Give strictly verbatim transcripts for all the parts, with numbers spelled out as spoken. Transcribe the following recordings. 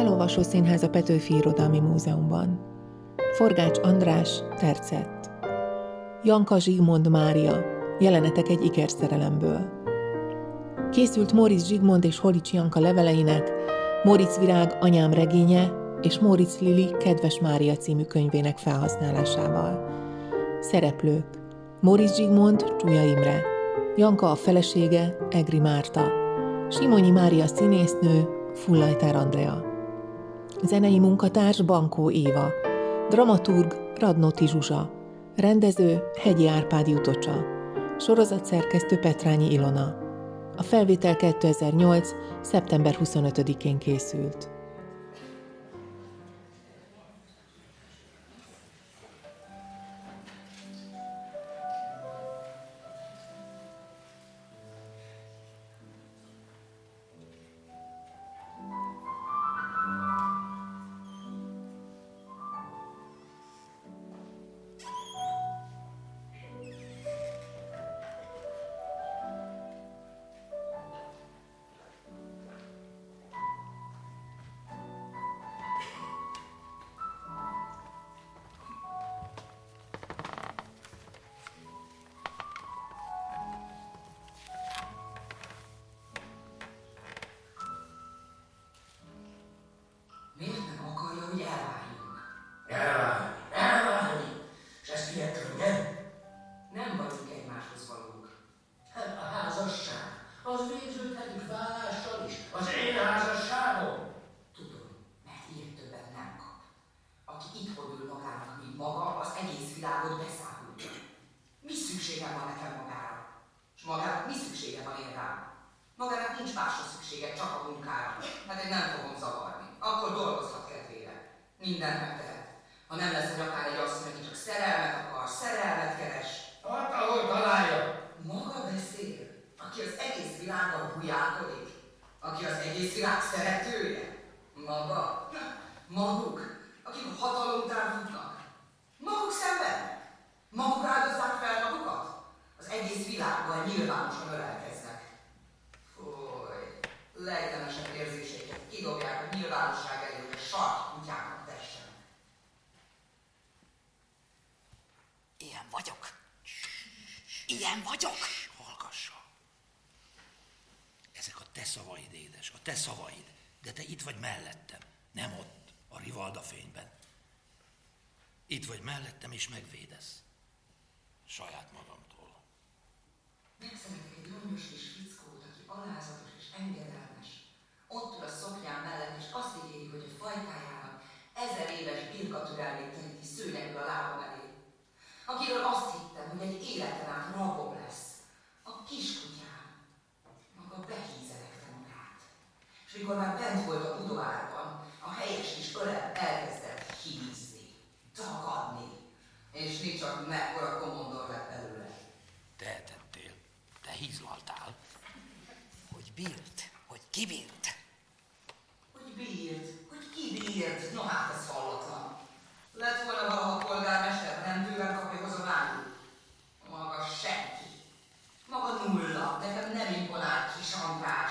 Felolvasó színház a Petőfi Irodalmi Múzeumban. Forgács András, Tercett. Janka Zsigmond Mária, jelenetek egy ikerszerelemből. Készült Móricz Zsigmond és Holics Janka leveleinek, Móricz Virág Anyám regénye és Móricz Lili Kedves Mária című könyvének felhasználásával. Szereplők: Móricz Zsigmond, Csúlya Imre, Janka a felesége, Egri Márta, Simonyi Mária színésznő, Fullajtár Andrea. Zenei munkatárs Bankó Éva, dramaturg Radnóti Zsuzsa, rendező Hegyi Árpád Jutocsa, sorozatszerkesztő Petrányi Ilona. A felvétel kétezer-nyolc. szeptember huszonötödikén készült. Itt vagy mellettem, és megvédesz. Saját magamtól. Megszeretek egy gyöngyös kis fickót, aki alázatos és engedelmes. Ott ül a szoknyám mellett, és azt ígéri, hogy a fajtájának ezer éves birkatürelmét teríti szőnyegül a lábam elé. Akiről azt hittem, hogy egy életen át rabom lesz. A kiskutyám. Maga behízelekte magát. És mikor már bent volt a udvarban, a helyes kis öreg elkezdett hízni, tagadni, és mi csak mekkora komondor lett belőle. Te tettél, te hízlaltál. Hogy bírt, hogy kibírt. Hogy bírt, hogy kibírt, no hát ezt hallottam. Lett volna valaha polgármester, nem tőlem kapja hozományul. Maga senki. Maga nulla, nekem nem imponált kis András.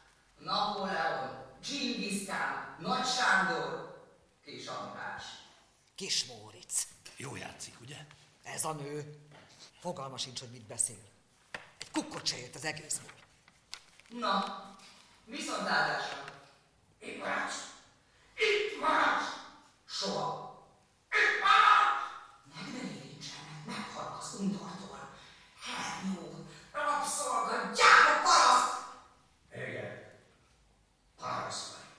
Napóleon, Dzsingis Kán, Nagy Sándor, kis András. Kis Móricz. Jó játszik, ugye? Ez a nő. Fogalma sincs, hogy mit beszél. Egy kukkot se ért az egészből. Na, viszontlátásra. Itt maradsz! Itt maradsz! Soha. Itt maradsz! Meg ne érintsenek, meghalok az undortól. Hernyó, rabszolga, gyáva paraszt! Igen, paraszt vagyok.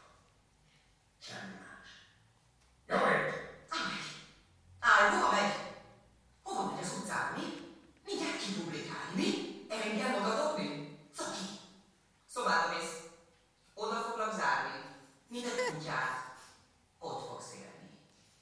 Semmi más. Jöjjön! Állj! Állj, hova megy? Hova megy az utcán, mi? Mindjárt kipublikálni, mi? Engem oda dobni? Coki! Szobába mész. Oda foglak zárni. Minden kutyát. Ott fogsz élni.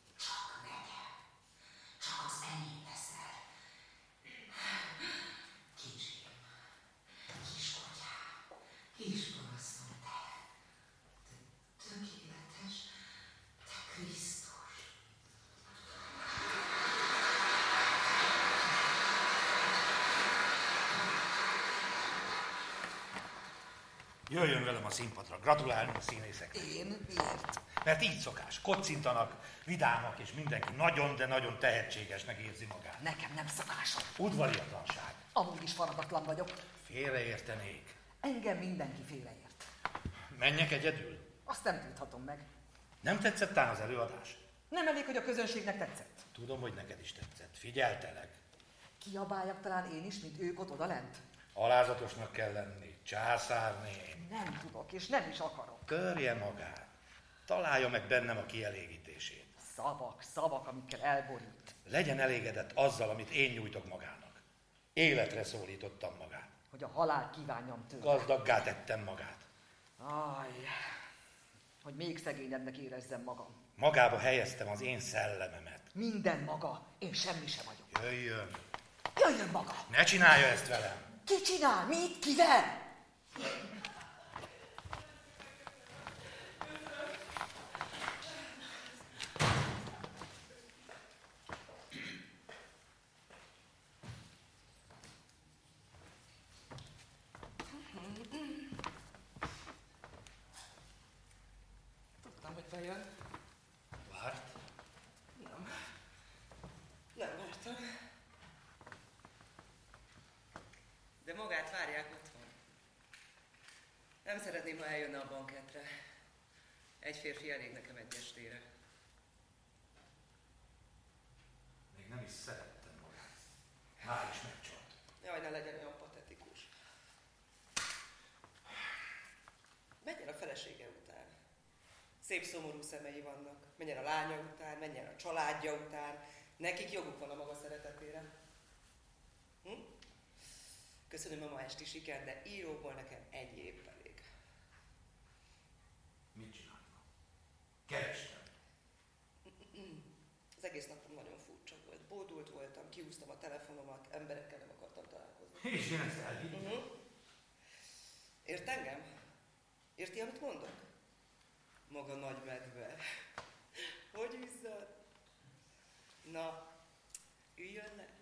Jöjjön velem a színpadra, gratulálni a színészeknek. Én? Miért? Mert így szokás, kocintanak, vidámak, és mindenki nagyon, de nagyon tehetségesnek érzi magát. Nekem nem szokásom. Udvariatlanság. Amúgy is faradatlan vagyok. Félreértenék. Engem mindenki félreért. Menjek egyedül? Azt nem tudhatom meg. Nem tetszett tán az előadás? Nem elég, hogy a közönségnek tetszett. Tudom, hogy neked is tetszett. Figyeltelek. Kiabáljak talán én is, mint ők ott odalent? Alázatosnak kell lenni, császárné. Nem tudok, és nem is akarok. Törje magát. Találja meg bennem a kielégítését. Szavak, szavak, amikkel elborít. Legyen elégedett azzal, amit én nyújtok magának. Életre szólítottam magát. Hogy a halál kívánjam tőle. Gazdaggá tettem magát. Aj, hogy még szegényebbnek érezzem magam. Magába helyeztem az én szellememet. Minden maga, én semmi sem vagyok. Jöjjön. Jöjjön maga! Ne csinálja ezt velem. Ki csinál? Mit? Kivel? Tudtam, hogy bejön. Várt? Nem. Nem vártam. De magát várják otthon. Nem szeretném, ha eljönne a bankettre. Egy férfi elég nekem egy estére. Még nem is szerettem magát. Már is megcsalt. Jaj, ne legyen olyan patetikus. Menjen a felesége után. Szép szomorú szemei vannak. Menjen a lánya után, menjen a családja után. Nekik joguk van a maga szeretetére. Hm? Köszönöm a ma esti sikert, de íróból nekem egy év elég. Mit csináltam? Kerestem. Az egész napom nagyon furcsa volt. Bódult voltam, kiúztam a telefonomat, emberekkel nem akartam találkozni. És én ezt elhittem. Uh-huh. Ért engem? Érti, amit mondok? Maga nagy medve. Hogy izzad? Na, üljön le.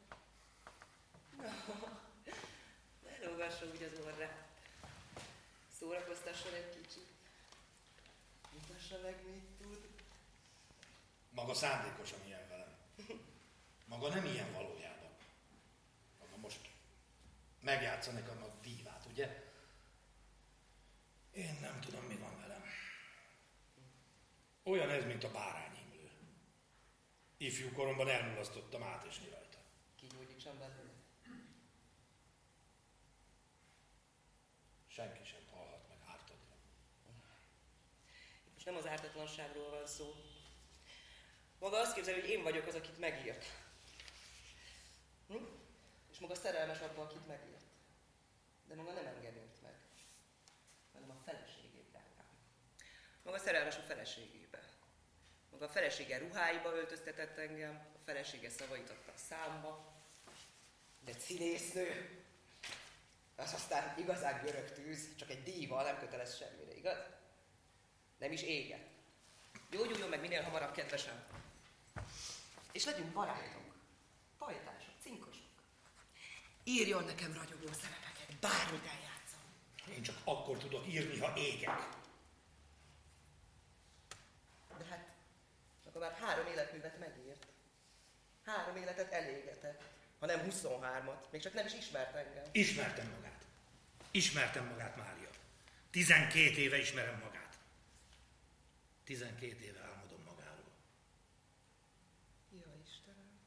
Na, ne lógassa úgy az orrát. Szórakoztasson egy kicsit. Mutassa meg, mit tud. Maga szándékosan ilyen velem. Maga nem ilyen valójában. Maga most megjátszanak a dívát, ugye? Én nem tudom, mi van velem. Olyan ez, mint a bárányimlő. Ifjú koromban elmulasztottam átesni rajta. Kigyógyítsam belőle. Senki sem halhat meg ártatlan. Most nem az ártatlanságról van szó. Maga azt képzeli, hogy én vagyok az, akit megírt. Hm? És maga szerelmes abban, akit megírt. De maga nem engem írt meg, hanem a feleségét, drágám. Maga szerelmes a feleségébe. Maga a felesége ruháiba öltöztetett engem, a felesége szavait adta a számba. De színésznő, az aztán igazán görög tűz, csak egy díva, nem kötelez semmire, igaz? Nem is éget. Gyógyuljon meg minél hamarabb, kedvesem. És legyünk barátok, pajtások, cinkosok. Írjon nekem ragyogó szerepeket, bármit eljátszom. Én csak akkor tudok írni, ha égek. De hát, akkor már három életművet megírt. Három életet elégetett, ha nem huszonhármat. Még csak nem is ismert engem. Ismertem magát. Ismertem magát, Mária. Tizenkét éve ismerem magát. Tizenkét éve álmodom magáról. Ja, Istenem.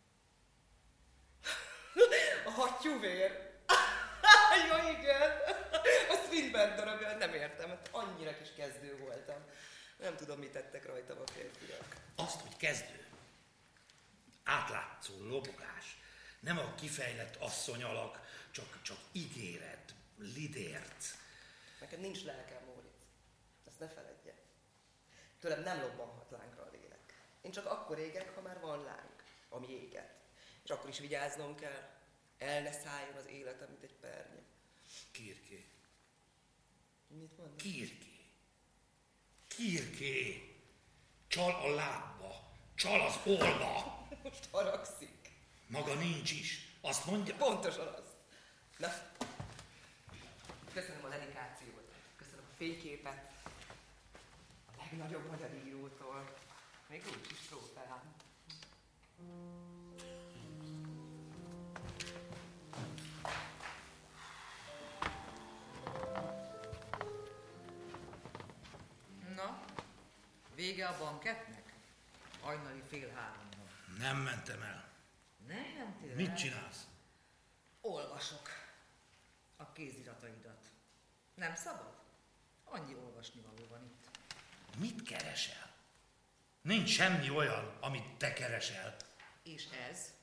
A hattyúvér. Jó, igen. A Swinburne darabját nem értem, mert annyira kis kezdő voltam. Nem tudom, mit tettek rajtam a férfiak. Azt, hogy kezdő. Átlátszó, lobogás. Nem a kifejlett asszony alak, csak, csak ígéret, lidérc. Neked nincs lelkem, Móricz. Ezt ne feledje. Tőlem nem lobbanhat lángra a lélek. Én csak akkor égek, ha már van láng, ami éget. És akkor is vigyáznom kell. El ne szálljon az életem, mint egy pernye. Kirké. Mit mondod? Kirké. Kirké. Csal a lábba. Csal az orba. Most haragszik. Maga nincs is. Azt mondja? Pontosan azt. Na. Köszönöm a dedikációt. Köszönöm a fényképet a legnagyobb magyar írótól, még úgy is trófeán. Na, vége a banketnek? Hajnali fél háromban. Nem mentem el. Nem mentél Mit el? csinálsz? Olvasok a kézirataidat. Nem szabad? Annyi olvasnivaló van itt. Mit keresel? Nincs semmi olyan, amit te keresel. És ez?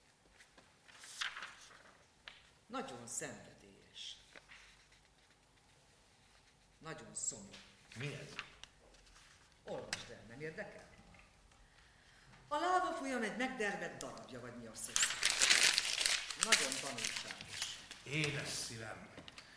Nagyon szenvedélyes. Nagyon szomorú. Mi ez? Olvasd el, nem érdekel? A láva folyam egy megdermedt darabja, vagy mi azt hiszem. Nagyon tanulságos. Édes szívem.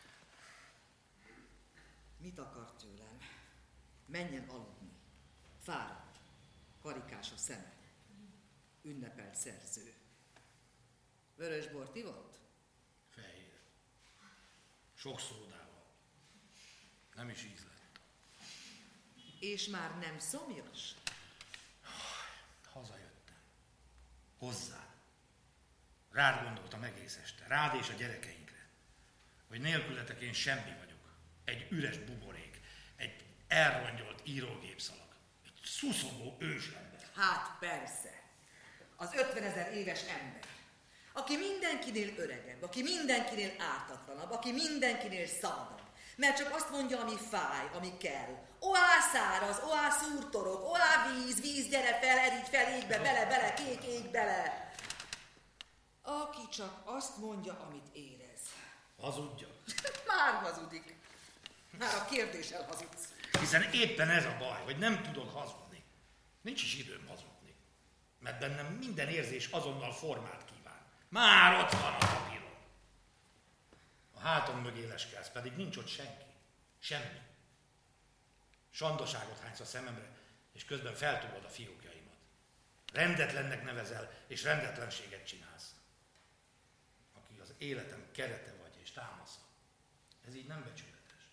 Mit akar tőlem? Menjen aludni. Fáradt. Karikás a szeme. Ünnepelt szerző. Vörösbort ivott? Fehér. Sok szódával. Nem is íz lett. És már nem szomjas? Hazajöttem. Hozzád. Rád gondoltam egész este. Rád és a gyerekeinkre. Hogy nélkületek én semmi vagyok. Egy üres buborék. Egy elrongyolt írógépszalag. Egy szuszogó ősember. Hát persze. Az ötvenezer éves ember. Aki mindenkinél öregebb, aki mindenkinél ártatlanabb, aki mindenkinél szabadabb. Mert csak azt mondja, ami fáj, ami kell. Oá száraz, oá szúrtorok, oá víz, víz, gyere fel, erígy fel, égbe, bele, bele, kék, ég bele. Aki csak azt mondja, amit érez. Hazudja. Már hazudik. Már a kérdéssel hazudsz. Hiszen éppen ez a baj, hogy nem tudok hazudni. Nincs is időm hazudni. Mert bennem minden érzés azonnal formát kíván. Már ott van a papíron. A hátam mögé leskelsz, pedig nincs ott senki. Semmi. Sandaságot hánysz a szememre, és közben feltugod a fiókjaimat. Rendetlennek nevezel, és rendetlenséget csinálsz. Aki az életem kerete vagy, és támasza. Ez így nem becsületes.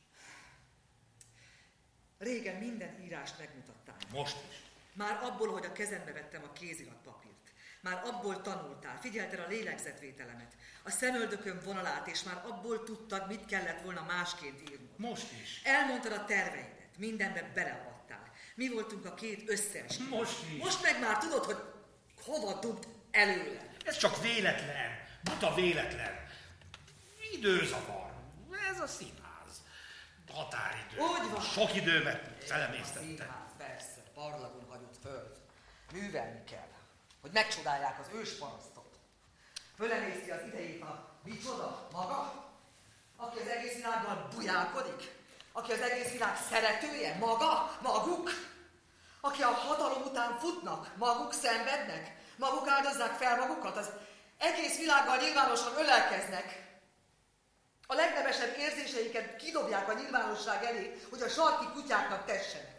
Régen minden írást megmutattál. Most is. Már abból, hogy a kezembe vettem a kéziratpapírt. Már abból tanultál, figyelted a lélegzetvételemet, a szemöldökön vonalát, és már abból tudtad, mit kellett volna másként írnod. Most is. Elmondtad a terveidet, mindenben beleadtál. Mi voltunk a két összeesküvő. Most is. Most meg már tudod, hogy hova dugd előle. Ez csak véletlen. Buta véletlen. Időzavar. Ez a színház. Határidő. Úgy van. Sok időmet A felemésztettem. színház, persze, parlagon hagyott föld. Művelni kell, hogy megcsodálják az ősparasztot. Fölemészti az idejét a micsoda maga, aki az egész világgal bujálkodik, aki az egész világ szeretője, maga, maguk, aki a hatalom után futnak, maguk szenvednek, maguk áldozzák fel magukat, az egész világgal nyilvánosan ölelkeznek. A legnevesebb érzéseiket kidobják a nyilvánosság elé, hogy a sarki kutyáknak tessenek.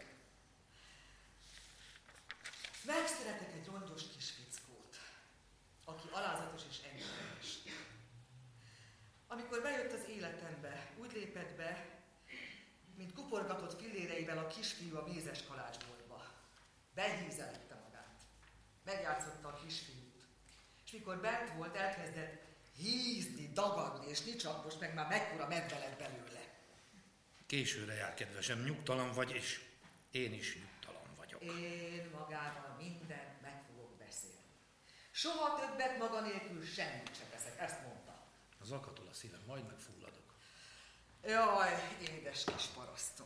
Megszeretek egy rongyos kis fickót, aki alázatos és engedelmes. Amikor bejött az életembe, úgy lépett be, mint kuporgatott filléreivel a kisfiú a mézes kalácsboltba. Behízelette magát. Megjátszotta a kisfiút. És mikor bent volt, elkezdett hízni, dagadni, és nincs csak most meg már mekkora medve lett belőle. Későre jár, kedvesem, nyugtalan vagy, és én is nyugtalan vagyok. Én magával mindent meg fogok beszélni. Soha többet maga nélkül semmit sem teszek, ezt mondta. Az akatol a szívem, majd megfulladok. Jaj, édes kis parasztom.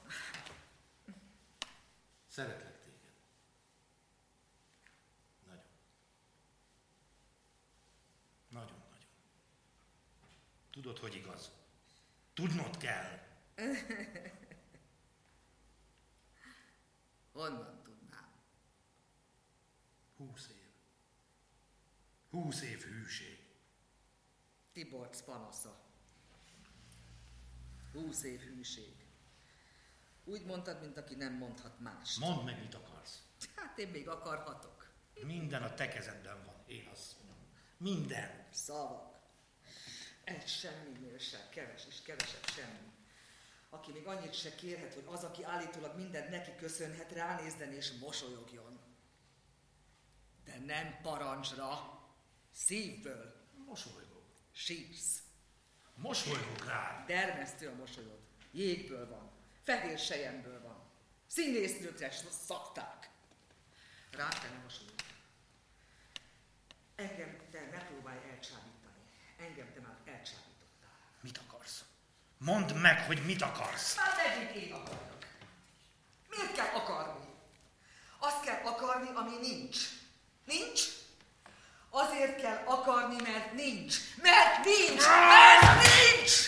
Szeretlek téged. Nagyon. Nagyon-nagyon. Tudod, hogy igaz? Tudnod kell. Honnan tudnám? Húsz év. Húsz év hűség. Tiborcs panasza. Húsz év hűség. Úgy mondtad, mint aki nem mondhat mást. Mondd meg, mit akarsz. Hát én még akarhatok. Minden a te kezedben van, én azt mondom. Minden. Szavak. Egy semminél sem, keves és kevesebb semmi. aki még annyit se kérhet, hogy az, aki állítólag mindent neki köszönhet, ránézzen és mosolyogjon. De nem parancsra, szívből. Mosolygok. Sírsz. Mosolygok rád. Dermesztő a mosolyod. Jégből van. Fehér selyemből van. Színésznőkre szakták. Rá te nem mosolyogj. Engem te ne próbálj elcsábítani. Engem te már elcsábítottál. Mit akarsz? Mondd meg, hogy mit akarsz. Már meddig én akarok. Miért kell akarni? Azt kell akarni, ami nincs. Nincs? Azért kell akarni, mert nincs. Mert nincs! Mert nincs!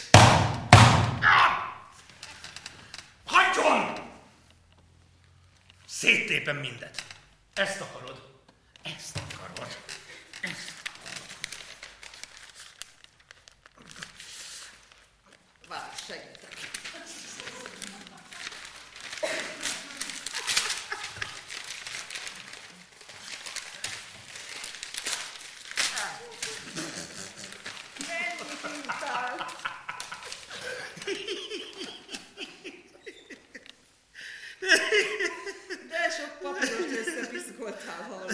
Hagyjon! Széttépem mindet. Ezt akarod? Ezt akarod? Ezt akarod? Várj, segítek. De sok papírost összepiszkoltál, hallod.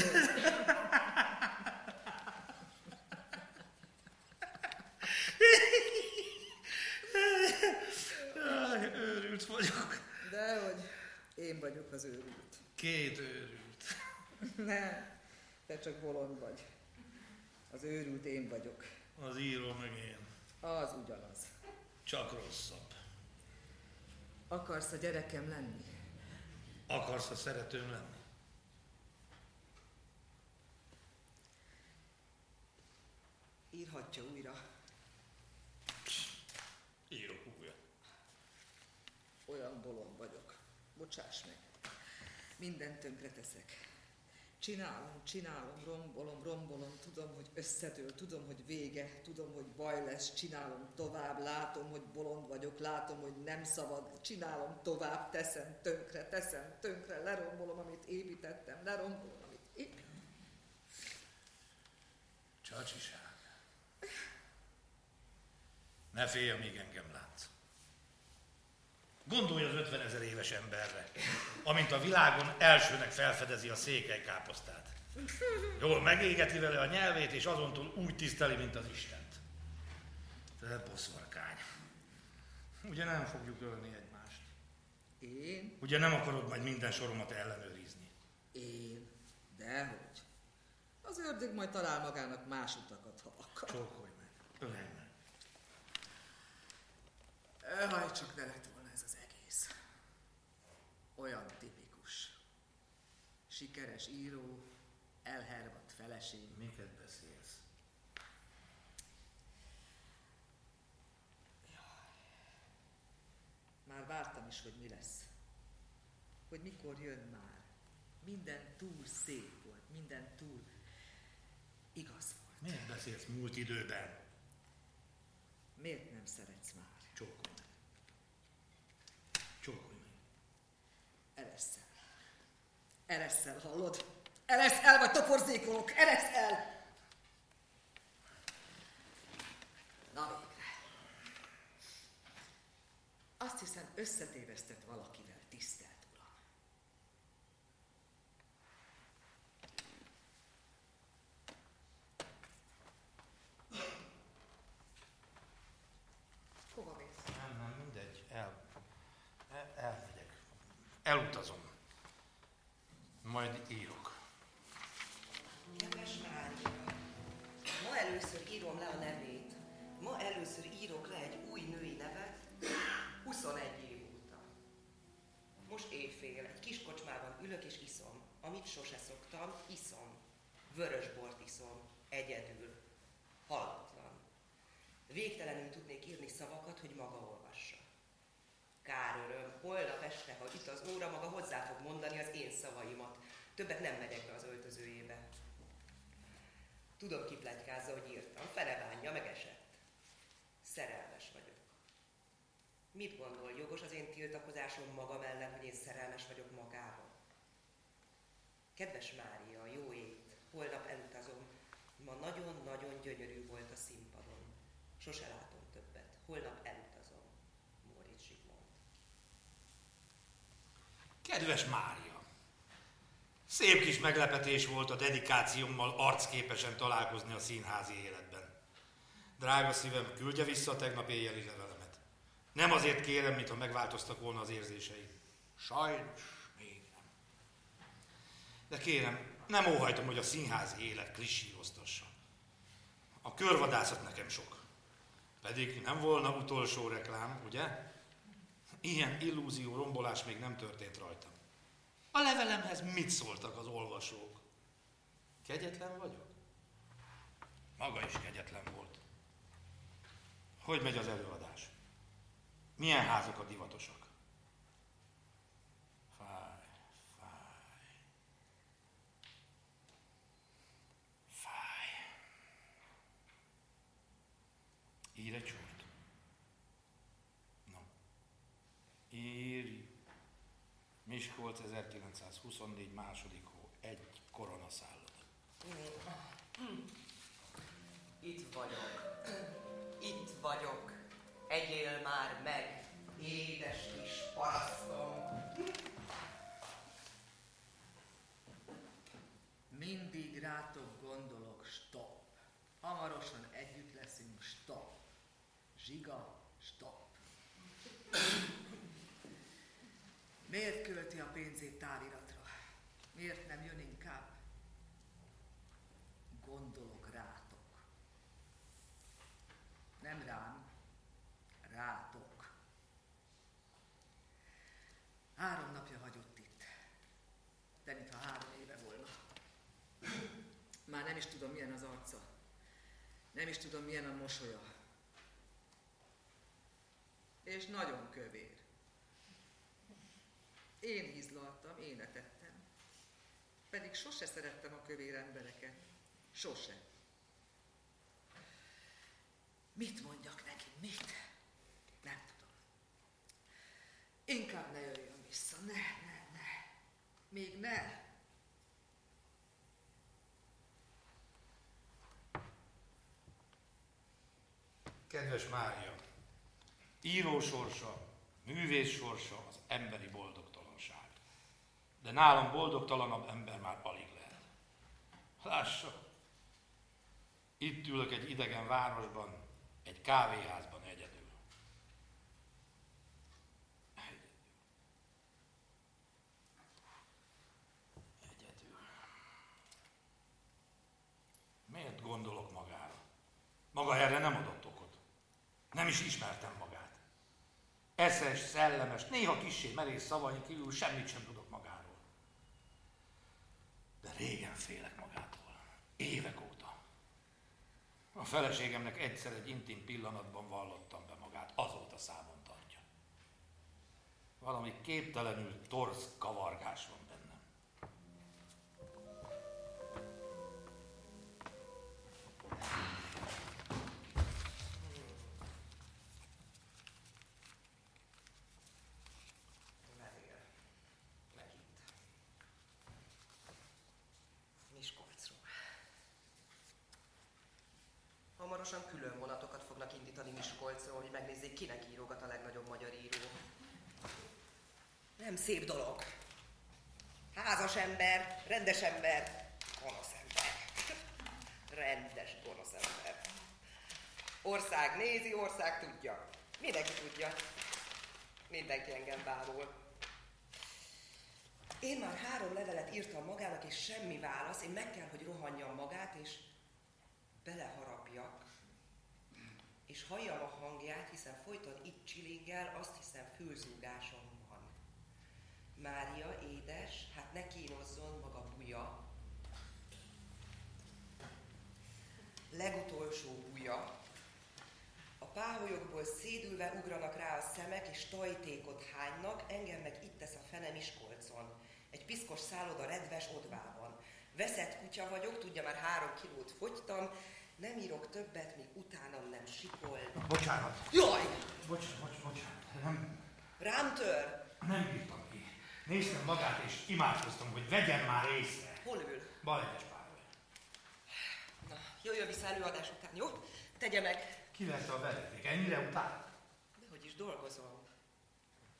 Őrült vagyok. Dehogy én vagyok az őrült. Két őrült. Nem, te csak bolond vagy. Az őrült én vagyok. Az író meg én. Az ugyanaz. Csak rosszabb. Akarsz a gyerekem lenni? Akarsz a szeretőm lenni? Írhatja újra. Írok újra. Olyan bolond vagyok. Bocsáss meg. Mindent tönkre teszek. Csinálom, csinálom, rombolom, rombolom, tudom, hogy összedől, tudom, hogy vége, tudom, hogy baj lesz, csinálom tovább, látom, hogy bolond vagyok, látom, hogy nem szabad, csinálom tovább, teszem tönkre, teszem tönkre, lerombolom, amit építettem, lerombolom, amit építettem. Csacsiság. Ne félj, amíg engem látsz. Gondolj az ötvenezer éves emberre, amint a világon elsőnek felfedezi a székelykáposztát. Jól megégeti vele a nyelvét, és azontól úgy tiszteli, mint az Istent. Te boszorkány. Ugye nem fogjuk ölni egymást? Én? Ugye nem akarod majd minden soromat ellenőrizni? Én? Dehogy. Az ördög majd talál magának más utakat, ha akar. Csókolj meg, ölelj meg. Haj, csak ne lett volna ez az egész. Olyan tipikus. Sikeres író, elhervadt feleség. Miket beszélsz? Már vártam is, hogy mi lesz. Hogy mikor jön már. Minden túl szép volt, minden túl igaz volt. Miért beszélsz múlt időben? Miért nem szeretsz már? Csókolj meg. Csókolj meg. Ereszel. Ereszel, hallod? Eresz el, vagy toporzékolok! Eresz el! Na végre. Azt hiszem, összetévesztett valakivel, tisztelt uram. Hova mész? Nem, nem, mindegy. El, el, elmegyek. Elutazom. Majd írok. Kedves Mária, ma először írom le a nevét. Ma először írok le egy új női nevet, huszonegy év óta. Most éjfél, egy kis kocsmában ülök és iszom. Amit sose szoktam, iszom. Vörösbort iszom, egyedül, hallatlan. Végtelenül tudnék írni szavakat, hogy maga olvassa. Kár öröm, holnap este, ha itt az óra, maga hozzá fog mondani az én szavaimat. Többet nem megyek be az öltözőjébe. Tudom, ki pletykázza, hogy írtam, fele bánja, meg esett. Szerelmes vagyok. Mit gondol, jogos az én tiltakozásom magam ellen, hogy én szerelmes vagyok magába? Kedves Mária, jó ét, holnap elutazom. Ma nagyon-nagyon gyönyörű volt a színpadon. Sose látom többet. Holnap elutazom. Móricz Zsigmond. Kedves Mária! Szép kis meglepetés volt a dedikációmmal arcképesen találkozni a színházi életben. Drága szívem, küldje vissza a tegnap éjjeli levelemet. Nem azért kérem, mintha megváltoztak volna az érzéseim. Sajnos még nem. De kérem, nem óhajtom, hogy a színházi élet klisíroztassa. A körvadászat nekem sok. Pedig nem volna utolsó reklám, ugye? Ilyen illúzió rombolás még nem történt rajtam. A levelemhez mit szóltak az olvasók? Kegyetlen vagyok? Maga is kegyetlen volt. Hogy megy az előadás? Milyen házak a divatosak? Fáj, fáj. Fáj. Ír egy sort. No. Írj. Miskolc ezerkilencszázhuszonnégy második hó. Egy koronaszállod. Itt vagyok. Itt vagyok. Egyél már meg, édes kis parasztom. Mindig rátok gondolok, stop. Hamarosan együtt leszünk, stop. Zsiga, stop. Miért költi a pénzét táliratra? Miért nem jön inkább? Gondolok rátok. Nem rám, rátok. Három napja hagyott itt, de mintha három éve volna. Már nem is tudom, milyen az arca. Nem is tudom, milyen a mosolya. És nagyon kövér. Én hízlaltam, én etettem. Pedig sose szerettem a kövér embereket. Sose. Mit mondjak neki? Mit? Nem tudom. Inkább ne jöjjön vissza. Ne, ne, ne. Még ne. Kedves Mária! Író sorsa, művész sorsa az emberi boldogtalanság. De nálam boldogtalanabb ember már alig lehet. Lássa! Itt ülök egy idegen városban, egy kávéházban egyedül. Egyedül. Egyedül. Miért gondolok magára? Maga erre nem adott okot. Nem is ismertem magát. Eszes, szellemes, néha kissé merész szavain kívül semmit sem tudok magáról. De régen félek magától. Évek óta. A feleségemnek egyszer egy intim pillanatban vallottam be magát, azóta számon tartja. Valami képtelenül torz kavargás van bennem. Levél. Megint. Miskolcról. Hamarosan külön vonatokat fognak indítani Miskolcról, hogy megnézzék, kinek írogat a legnagyobb magyar író. Nem szép dolog. Házas ember, rendes ember, gonosz ember. Rendes gonosz ember. Ország nézi, ország tudja. Mindenki tudja. Mindenki engem bámul. Én már három levelet írtam magának, és semmi válasz. Én meg kell, hogy rohanjam magát, és beleharapjak, és halljam a hangját, hiszen folyton itt csilingel, azt hiszem fülzúgásom van. Mária, édes, hát ne kínozzon maga buja. Legutolsó buja. A páholyokból szédülve ugranak rá a szemek, és tajtékot hánynak, engem meg itt tesz a fene Miskolcon. Egy piszkos szálloda redves odvában. Veszett kutya vagyok, tudja, már három kilót fogytam, nem írok többet, míg utánam nem sikol. Bocsánat. Jaj! Bocsánat, bocs, bocsánat. Nem, Rám tör! nem bírtam ki. Néztem magát, és imádkoztam, hogy vegyen már észre. Hol ül? Bal egyes pályán. Na, jöjjön vissza előadás után, jó? Tegye meg! Ki vette a vezeték? Ennyire utál? Dehogy is dolgozom.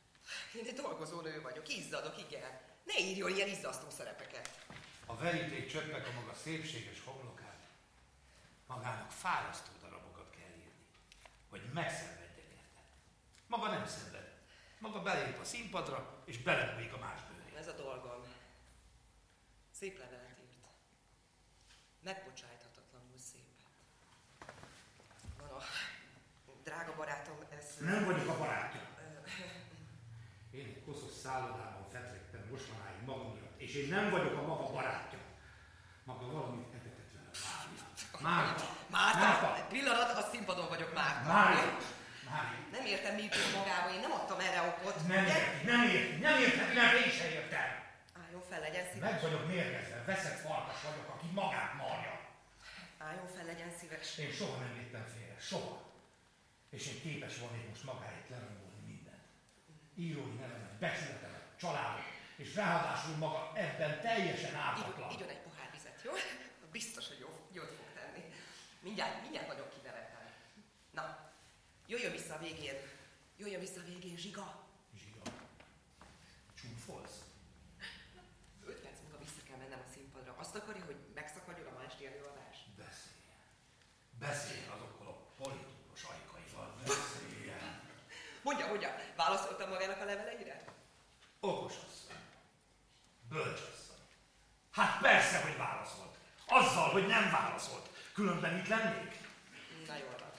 Én egy dolgozó nő vagyok, izzadok, igen. Ne írjon ilyen izzasztó szerepeket. A veríték csöppek a maga szépséges homlokát. Magának fárasztó darabokat kell írni, hogy megszenvedjen érte. Maga nem szenved. Maga belép a színpadra, és belebújik a más bőré. Ez a dolgom. Szép levelet írt. Megbocsájthatatlanul szépet. Van a drága barátom, ez... Nem vagyok a barátja. Én egy koszos szállodában fetregtem mostanáig magam miatt, és én nem vagyok a maga barátja. Maga valamit etetett vele Márta. Márta? Márta? Pillanat, a színpadon vagyok, Márta. Márta. Márta. Nem értem, mi jutott magába, én nem adtam erre okot. Nem érti, nem érti, nem érti, mert én sem értem. Álljon fel, legyen szíves. Meg vagyok mérgezve, veszett farkas vagyok, aki magát marja. Álljon fel, legyen szíves. Én soha nem léptem félre, soha. És én képes volnék most magáért lerangolni mindent. Írói nevemet, becsületemet, családot, és ráadásul maga ebben teljesen ártatlan. Igyon egy pohár vizet, jó? Biztos, hogy jó, jót fog tenni. Mindjárt, mindjárt nagyon kinevettem. Na, jöjjön vissza a végén. Jöjjön vissza a végén, Zsiga. Zsiga. Csúfolsz? Öt perc múlva vissza kell mennem a színpadra. Azt akarja, hogy megszakadjon a ma esti előadás? Beszéljen. Beszéljen azokkal a politikus ajkaival. Beszéljen. Mondja, mondja, válaszoltam magának a leveleire? Okos asszony. Bölcs asszony. Hát persze, hogy válaszolt. Azzal, hogy nem válaszolt. Különben itt lennék. Na jól van.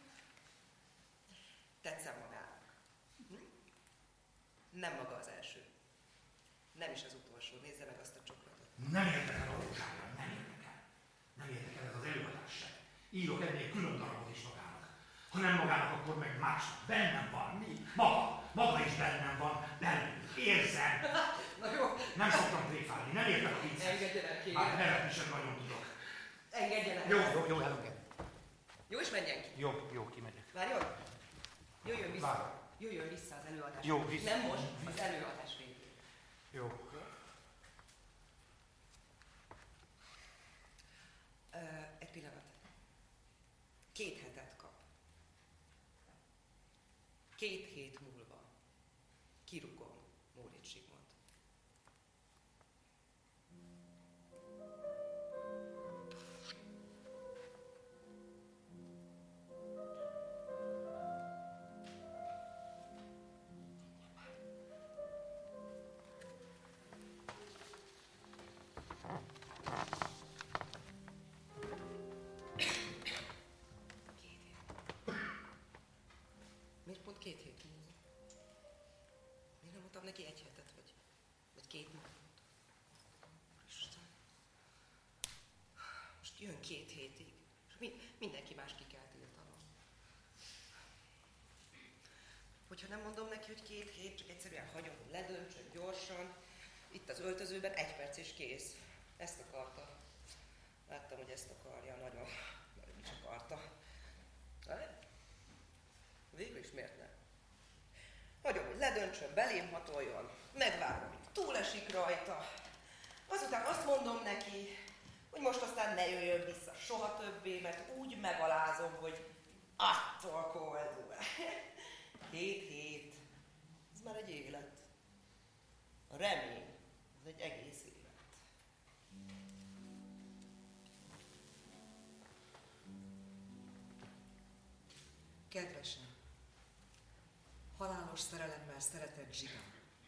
Tetszem magának. Hm? Nem maga az első. Nem is az utolsó. Nézze meg azt a csokratot. Nem érdekel a valóságban, nem érdekel. Nem érdekel ez az előadás sem. Írok ennél külön darabot is magának. Ha nem magának, akkor meg másnak. Bennem van. Mi? Maga. Maga is bennem van. Bennem. Érzem. Na jó. Nem szoktam tréfálni. Nem értek a viccet. Engedjen el, kérem. Már nevetni sem nagyon tudok. Engedjen el. Jó, jó, jó, elengedem. Jó, és menjen ki. Jó, jó, kimegyek. Várjon. Jöjjön vissza. Várj. Jöjjön vissza az előadás. Jó, vissza. Nem most, az előadás végén. Jó. Ö, egy pillanat. Két hetet kap. Két hét múlva kirúgom Móricz Zsigmond. Miért pont két hét múlva? Miért nem mondtam neki egy hetet, vagy, vagy két napot? Isten. Most jön két hétig, és mi, mindenki más ki kell tiltanom. Hogyha nem mondom neki, hogy két hét, csak egyszerűen hagyom, hogy ledöntsön gyorsan, itt az öltözőben egy perc és kész. Ezt akarta. Láttam, hogy ezt akarja, nagyon, nagyon is akarta. Hát? Végül is miért nem? Hagyom, hogy ledöntsön, belém hatoljon, megvárom, hogy túlesik rajta. Azután azt mondom neki, hogy most aztán ne jöjjön vissza soha többé, mert úgy megalázom, hogy attól koldul. Hét hét. Ez már egy élet. A remény, az egy egész élet. Kedvesem, halálos szerelemmel szeretett Zsiga.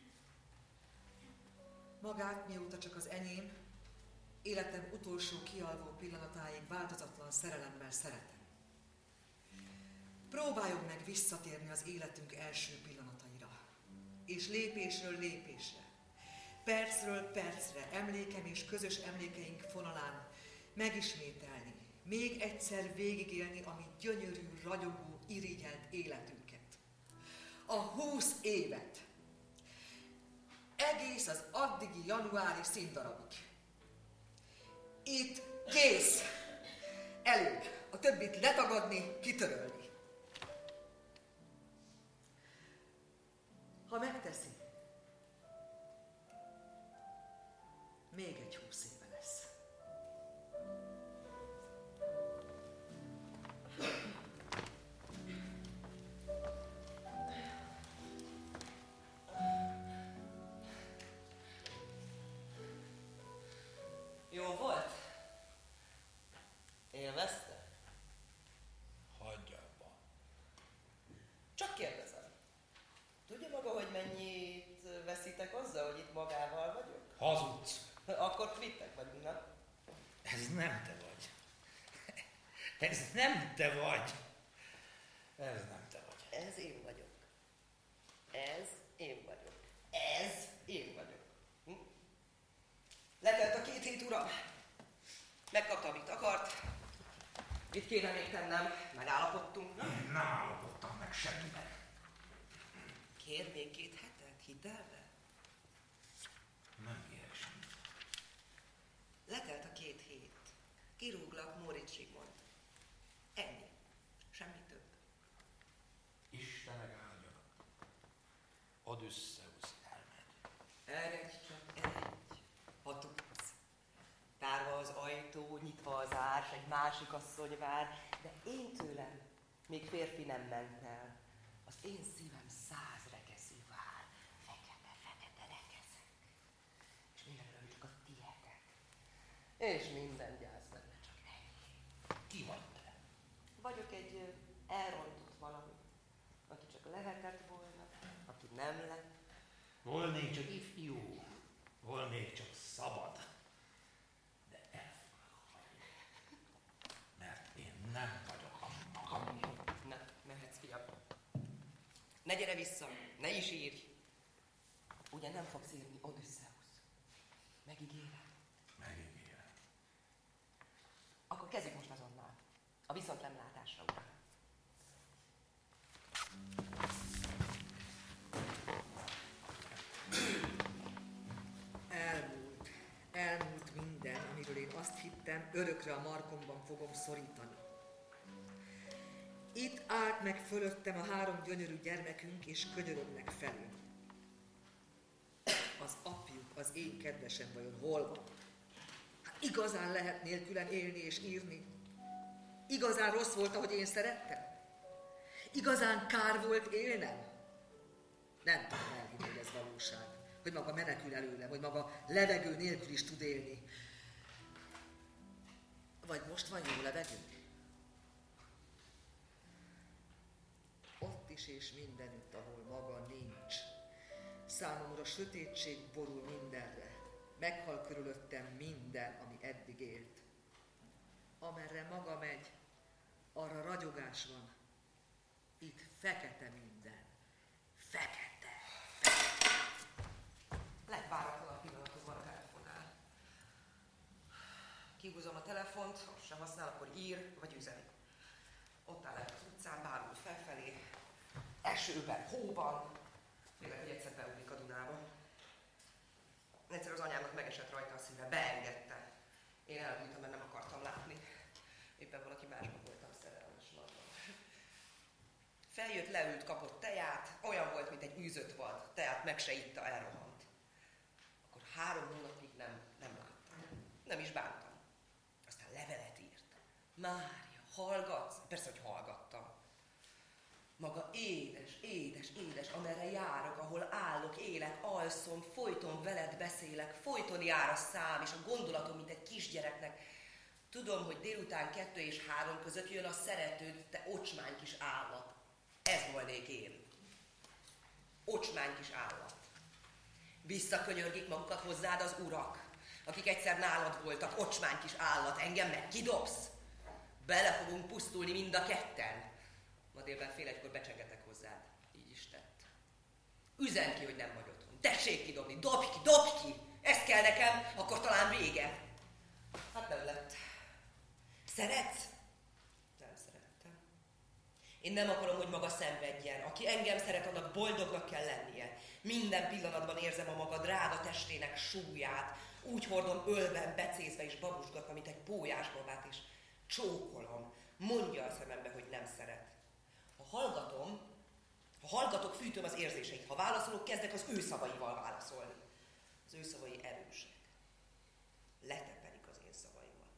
Magát, mióta csak az enyém, életem utolsó kialvó pillanatáig változatlan szerelemmel szeretem. Próbáljon meg visszatérni az életünk első pillanataira, és lépésről lépésre, percről percre emlékem és közös emlékeink fonalán megismételni, még egyszer végigélni a mi gyönyörű, ragyogó, irigyelt életünket. A húsz évet. Egész az addigi januári színdarabig. Itt kész. Elég. A többit letagadni, kitörölni. Ha megteszi, még egy húsz éve lesz. ittek vagyunk, na? Ez nem te vagy. Ez nem te vagy. Ez nem te vagy. Ez én vagyok. Ez én vagyok. Ez én vagyok. Hm? Letelt a két hét, uram. Megkapta, amit akart. Mit kéne még tennem? Megállapodtunk. Nem állapodtam meg semmiben. Kér még két hetet hitelbe? Nem kérek semmit. Letelt a két hét. Kirúglak, Móricz Zsigmond. Ennyi. Semmi több. Istenek áldjanak. Odüsszeusz elmegy. Eredj csak, eredj. Ha tudsz. Tárva az ajtó, nyitva az árs, egy másik asszony vár, de én tőlem még férfi nem ment el. Az én szívem száz rekeszű vár, fekete-fekete rekeszek. És mindenről csak a tietek. És minden gyász benne, csak ennyi. Ki vagy te? Vagyok egy ö, elrontott valami, aki csak lehetett volna, aki nem lett. Volnék csak ifjú, volnék csak szabad. De el foglak hagyni. Mert én nem vagyok a magam. Na, mehetsz, fiam. Ne gyere vissza, ne is írj. Ugye nem fogsz írni, Odüsszeusz? Megígérem. Megígérem. Akkor kezdjük most azonnal. A viszontlátásra, uram. Elmúlt, elmúlt minden, amiről én azt hittem, örökre a markomban fogom szorítani. Itt állt meg fölöttem a három gyönyörű gyermekünk, és könyörögnek felém. Az apjuk, az én kedvesem vajon hol van? Hát igazán lehet nélkülen élni és írni? Igazán rossz volt, ahogy én szerettem? Igazán kár volt élnem? Nem tudom elhinni, hogy ez valóság. Hogy maga menekül előlem, hogy maga levegő nélkül is tud élni. Vagy most van jó levegő? Ott is és mindenütt, ahol maga nincs. Számomra sötétség borul mindenre. Meghal körülöttem minden, ami eddig élt. Amerre maga megy, arra ragyogás van. Itt fekete minden. Fekete. Legváratlan a pillanatokban a telefonnál. Kihúzom a telefont, ha sem használ, akkor ír, vagy üzen. Ott áll az utcán, bárul felfelé, esőben, hóban. Félek, hogy egyszer beugrik a Dunába. Egyszer az anyámnak megesett rajta a szíve, beengedte. Én elbújtam, mert nem akartam látni. Éppen valaki másban voltam szerelmes magam. Feljött, leült, kapott teját, olyan volt, mint egy űzött vad. Teát meg se itta, elrohant. Akkor három hónapig nem, nem láttam. Nem is bántam. Aztán levelet írt. Mária, hallgatsz? Persze, hogy hallgattam. Maga édes, édes, édes, amerre járok, ahol állok, élek, alszom, folyton veled beszélek, folyton jár a szám, és a gondolatom, mint egy kisgyereknek. Tudom, hogy délután kettő és három között jön a szeretőd, te ocsmány kis állat. Ez volnék én. Ocsmány kis állat. Visszakönyörgik magukat hozzád az urak, akik egyszer nálad voltak, ocsmány kis állat, engem meg kidobsz. Bele fogunk pusztulni mind a ketten. Ma délben fél egykor becsengetek hozzád. Így is tett. Üzen ki, hogy nem vagy otthon. Tessék kidobni, dobj ki, dobj ki! Ez kell nekem, akkor talán vége. Hát nem lett. Szeretsz? Nem szerettem. Én nem akarom, hogy maga szenvedjen. Aki engem szeret, annak boldognak kell lennie. Minden pillanatban érzem a maga drága testének súlyát. Úgy hordom ölben, becézve és babusgatva, mint egy pólyásbabát, és csókolom. Mondja a szemembe, hogy nem szeret. Ha hallgatom, ha hallgatok, fűtöm az érzéseit. Ha válaszolok, kezdek az ő szavaival válaszolni. Az ő szavai erősek. Letepelik az én szavaimat.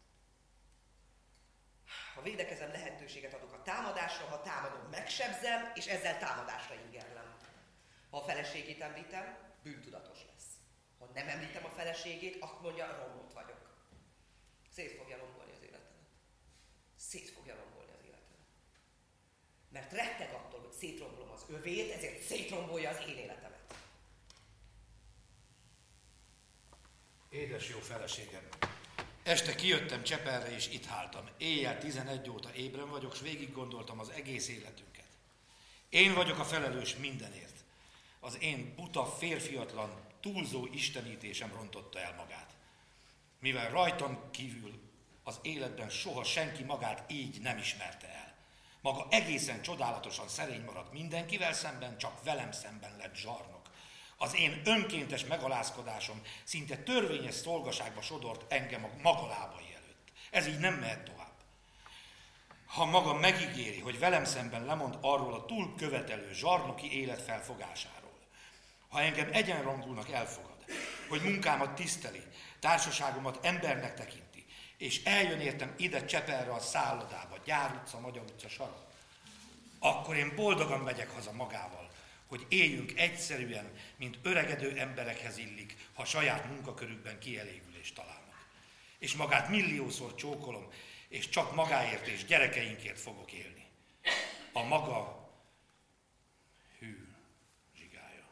Ha védekezem, lehetőséget adok a támadásra, ha támadom, megsebzem, és ezzel támadásra ingerlem. Ha a feleségét említem, bűntudatos lesz. Ha nem említem a feleségét, azt mondja, romlott vagyok. Szét fogja rombolni az életemet. Szét fogja rombolni az életemet. Mert retteg attól, hogy szétrombolom az övét, ezért szétrombolja az én életemet. Édes jó feleségem, este kijöttem Cseperre és itt háltam. Éjjel tizenegy óta ébren vagyok, s végig gondoltam az egész életünket. Én vagyok a felelős mindenért. Az én buta, férfiatlan, túlzó istenítésem rontotta el magát. Mivel rajtam kívül az életben soha senki magát így nem ismerte el. Maga egészen csodálatosan szerény maradt mindenkivel szemben, csak velem szemben lett zsarnok. Az én önkéntes megalázkodásom szinte törvényes szolgaságba sodort engem a maga lábai előtt. Ez így nem mehet tovább. Ha maga megígéri, hogy velem szemben lemond arról a túl követelő zsarnoki élet felfogásáról, ha engem egyenrangúnak elfogad, hogy munkámat tiszteli, társaságomat embernek tekinti, és eljön értem ide Cseperre a szállodába, Gyár utca, Magyar utca sarok, akkor én boldogan megyek haza magával, hogy éljünk egyszerűen, mint öregedő emberekhez illik, ha saját munkakörükben kielégülést találnak. És magát milliószor csókolom, és csak magáért és gyerekeinkért fogok élni. A maga hű zsigája.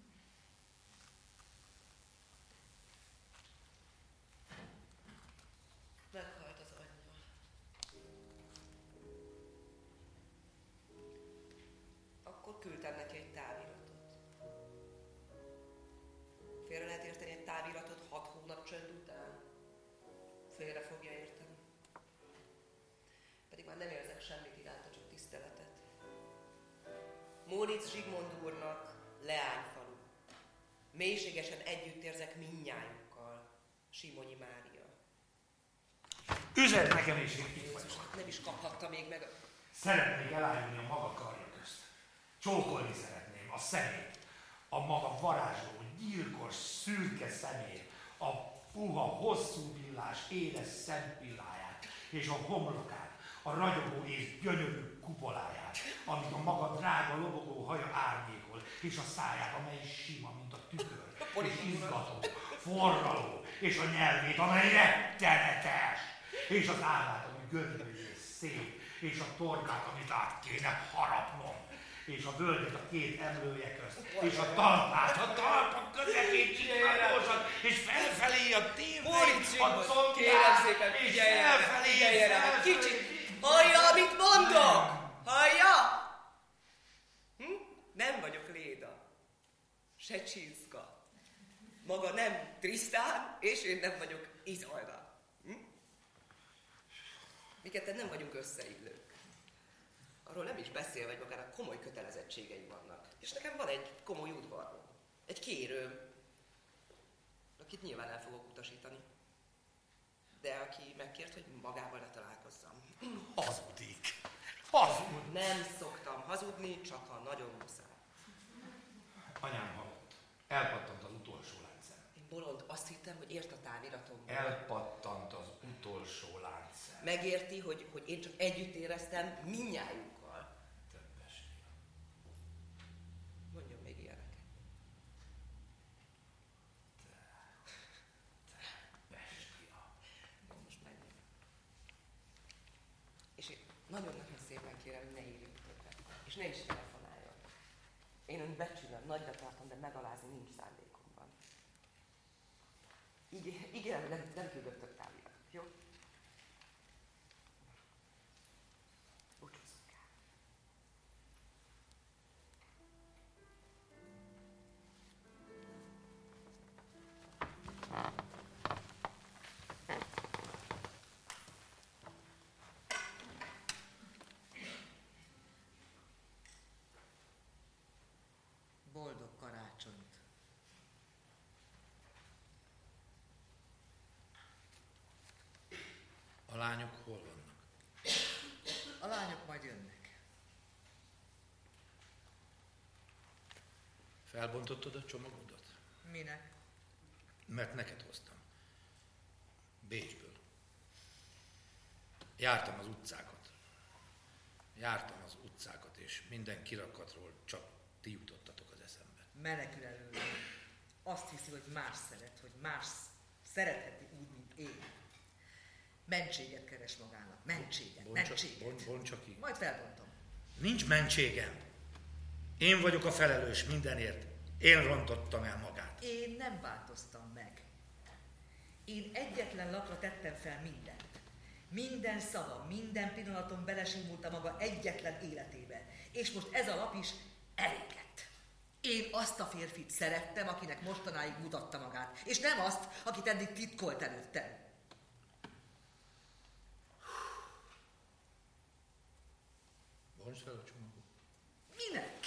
Meghalt az anyja. Akkor küldtem neki egy táviratot. Félre lehet érteni egy táviratot hat hónap csönd után? Félre fogja érteni. Pedig már nem érzek semmit iránta, csak tiszteletet. Móricz Zsigmond úrnak, Leányfalu. Mélységesen együtt érzek mindnyájukkal. Simonyi Mária. Üzeld nekem, és én itt vagyok. Nem is kaphatta még meg. Szeretnék elájulni a maga karja közt. Csókolni szeretném a szemét, a maga varázsló, gyilkos, szürke szemét, a puha, hosszú villás, éles szempilláját, és a homlokát, a ragyogó és gyönyörű kupoláját, amit a maga drága lobogó haja árnyékol, és a száját, amely sima, mint a tükör, és izgató, forraló, és a nyelvét, amely rettenetes, és az állát, ami gödrű és szép, és a torkát, amit át kéne harapnom, és a völgyet a két emlője közt, és a talpát, a talpak közepén csinálósan, és felfelé a térnek, a combját, és felfelé, figyeljenek, kicsit, hallja, amit mondok? Hallja? Hm? Nem vagyok Léda, se Csinszka. Maga nem Trisztán, és én nem vagyok Izolda. Hm? Mi ketten nem vagyunk összeillők. Arról nem is beszél, hogy magának komoly kötelezettségei vannak. És nekem van egy komoly udvarló, egy kérőm, akit nyilván el fogok utasítani. De aki megkért, hogy magával ne találkozzam. Hazudik. Hazud. Nem szoktam hazudni, csak ha nagyon muszáj. Anyám halott. Elpattant az utolsó láncszem. Én bolond, azt hittem, hogy ért a táviratomból. Elpattant az utolsó láncszem. Megérti, hogy, hogy én csak együtt éreztem mindnyájunkkal. Többesnél. Mondjon még ilyeneket. Bestia. Most menjünk. És én nagyon-nagyon szépen kérem, hogy ne írjunk többet. És ne is telefonáljon. Én önt becsülöm, nagyra tartom, de megalázni nincs szándékomban. Így, ígérem, nem, nem küldök több táviratot, jó? Búcsúzzunk el. Boldog karácsonyt! A lányok hol vannak? A lányok majd jönnek. Felbontottad a csomagodat? Minek? Mert neked hoztam. Bécsből. Jártam az utcákat. Jártam az utcákat, és minden kirakatról csak ti jutottatok az eszembe. Menekül előle. Azt hiszi, hogy más szeret, hogy más szeretheti úgy, mint én. Mentséget keres magának. Mentséget, Bontsa, mentséget. bon, bontsa ki. Majd felbontom. Nincs mentségem. Én vagyok a felelős mindenért. Én rontottam el magát. Én nem változtam meg. Én egyetlen lapra tettem fel mindent. Minden szava, minden pillanaton belesimulta maga egyetlen életébe. És most ez a lap is elégett. Én azt a férfit szerettem, akinek mostanáig mutatta magát, és nem azt, akit eddig titkolt előttem. Bonts fel a csomagot. Minek?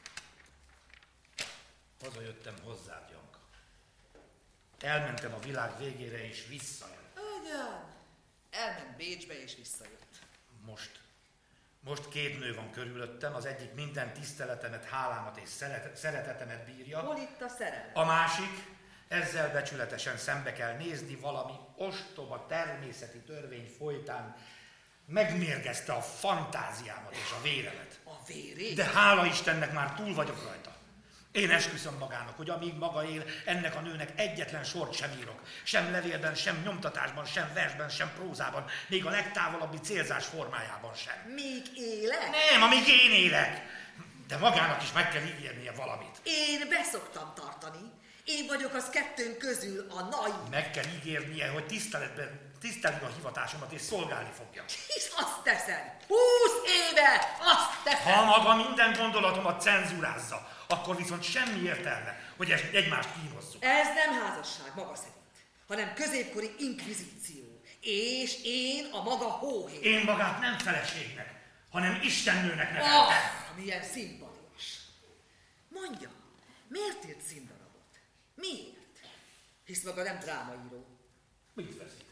Hazajöttem hozzád, Janka. Elmentem a világ végére, és visszajött. Ugyan, elment Bécsbe, és visszajött. Most. Most két nő van körülöttem, az egyik minden tiszteletemet, hálámat és szeretetemet bírja. Hol itt a szerelem? A másik, ezzel becsületesen szembe kell nézni, valami ostoba természeti törvény folytán megmérgezte a fantáziámat és a véremet. A vérét? De hála Istennek már túl vagyok rajta. Én esküszöm magának, hogy amíg maga él, ennek a nőnek egyetlen sort sem írok. Sem levélben, sem nyomtatásban, sem versben, sem prózában, még a legtávolabbi célzás formájában sem. Még élek? Nem, amíg én élek. De magának is meg kell ígérnie valamit. Én beszoktam tartani. Én vagyok az kettőnk közül a nagy. Meg kell ígérnie, hogy tiszteletben, tiszteli a hivatásomat és szolgálni fogja. És azt teszem. Húsz éve azt teszem. Ha maga minden gondolatomat cenzúrázza, akkor viszont semmi értelme, hogy egymást kínozzuk. Ez nem házasság maga szerint, hanem középkori inkvizíció. És én a maga hóhé. Én magát nem feleségnek, hanem istennőnek neveltem. Ah, milyen szimpatikus. Mondja, miért írt színdarabot? Miért? Hisz maga nem drámaíró. Mit veszíthetek?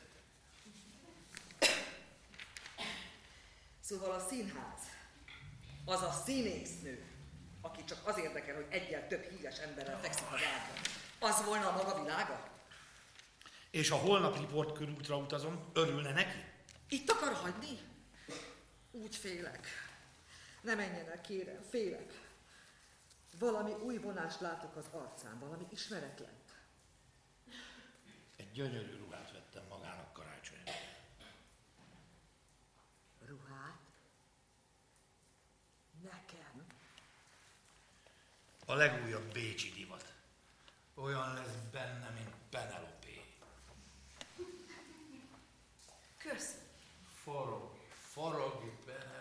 Szóval a színház, az a színésznő, aki csak az érdekel, hogy egyel több híres emberrel fekszik az ágyban. Az volna a maga világa? És ha holnap riport körútra utazom, örülne neki? Itt akar hagyni? Úgy félek. Ne menjen el, kérem, félek. Valami új vonást látok az arcán, valami ismeretlen. Egy gyönyörű ruhát vettem magának karácsonyra. Ruhát? Nekem? A legújabb bécsi divat. Olyan lesz benne, mint Penelope. Köszönöm. Forog, forogj, Penelope.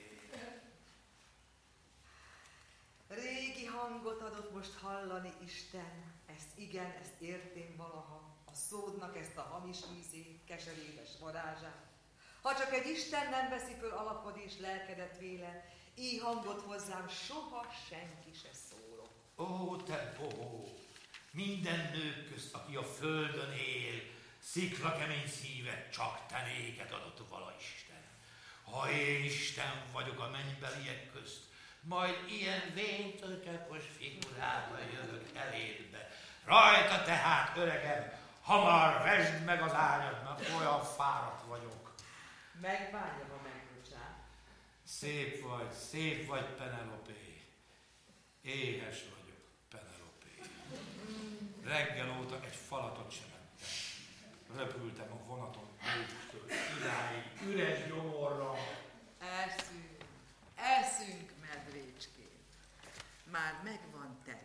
Régi hangot adott most hallani Isten. Ezt igen, ezt értém valaha. A szódnak ezt a hamis ízét, keserédes varázsát. Ha csak egy Isten nem veszi föl alapod és lelkedet véle, így hangot hozzám soha senki se szólok. Ó, te bohó! Minden nők közt, aki a földön él, szikla kemény szívet csak te néked adott vala Isten. Ha én Isten vagyok a mennybeliek közt, majd ilyen vénytörkepos figurában jövök elédbe. Rajta tehát, öregem, hamar vesd meg az ágyat, mert olyan fáradt vagyok. Megbánjam a megbocsát. Szép vagy, szép vagy, Penelope. Éhes vagyok, Penelope. Reggel óta egy falatot sem ettem. Röpültem a vonaton Bécstől idáig, üres gyomorra. Eszünk, eszünk, medvécském. Már megvan terítve.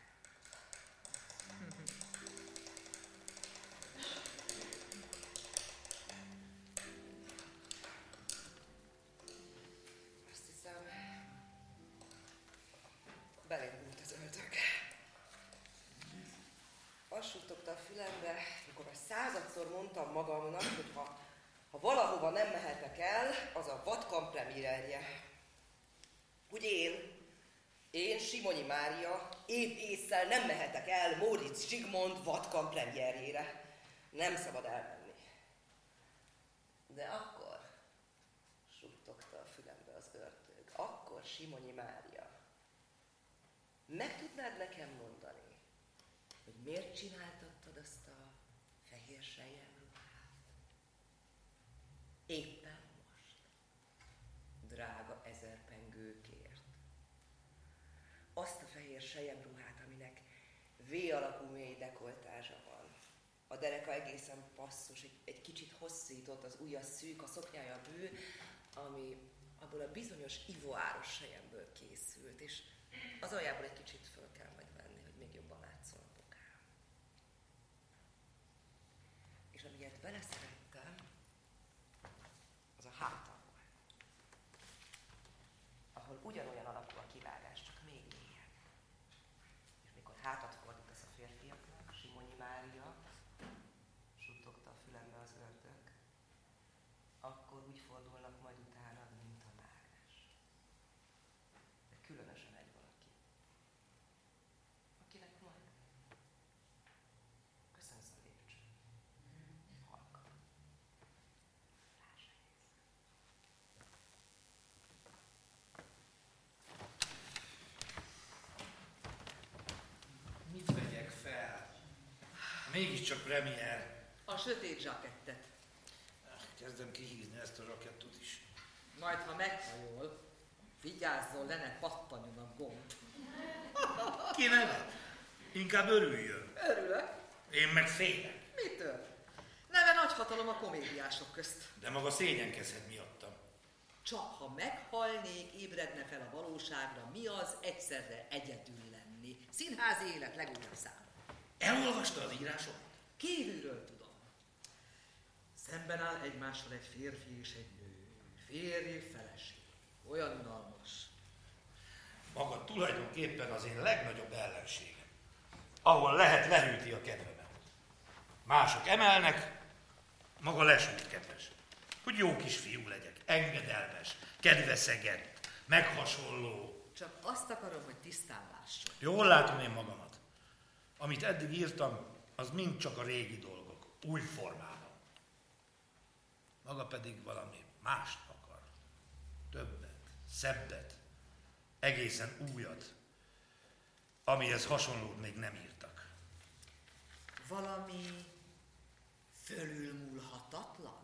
Azt hiszem, belindult az ördög. Azt suttogta a fülembe, mikor már századszor mondtam magamnak, hogy ha, ha valahova nem mehetek el, az a Vatkan premierje. Hogy én, én, Simonyi Mária, épp ésszel nem mehetek el Móricz Zsigmond Vatkan premierjére. Nem szabad elmenni. De akkor, suttogta a fülembe az ördög, akkor, Simonyi Mária, meg tudnád nekem mondani, hogy miért csináltattad azt a fehér selyemruhát? Éppen most, drága ezerpengőkért. Azt a fehér selyemruhát, aminek V-alakú mély dekoltázsa van. A dereka egészen passzus, egy, egy kicsit hosszított, az ujja szűk, a szoknyája bő, ami abból a bizonyos ivoáros selyemből készült, és az aljából egy kicsit föl kell majd venni, hogy még jobban látszon a bokám. Mégiscsak premier. A sötét zsakettet. Kezdem kihízni ezt a zsakettot is. Majd, ha meghajol, vigyázzon, le ne pattanjon a gomb. Ki nevet? Inkább örüljön. Örülök. Én meg félek. Mitől? Neve nagy hatalom a komédiások közt. De maga szégyenkezhet miattam. Csak ha meghalnék, ébredne fel a valóságra, mi az egyszerre egyedül lenni. Színházi élet legújabb szám. Elolvasta az írásomat? Kívülről tudom. Szemben áll egymással egy férfi és egy nő. Férj, feleség. Olyan unalmas. Maga tulajdonképpen az én legnagyobb ellenségem. Ahol lehet, lehűti a kedvemet. Mások emelnek, maga lesült, kedves. Hogy jó kis fiú legyek, engedelmes, kedveszegett, meghasonló. Csak azt akarom, hogy tisztán lásson. Jól látom én magamat. Amit eddig írtam, az mind csak a régi dolgok, új formában. Maga pedig valami mást akar. Többet, szebbet, egészen újat, amihez hasonlót még nem írtak. Valami fölülmúlhatatlan?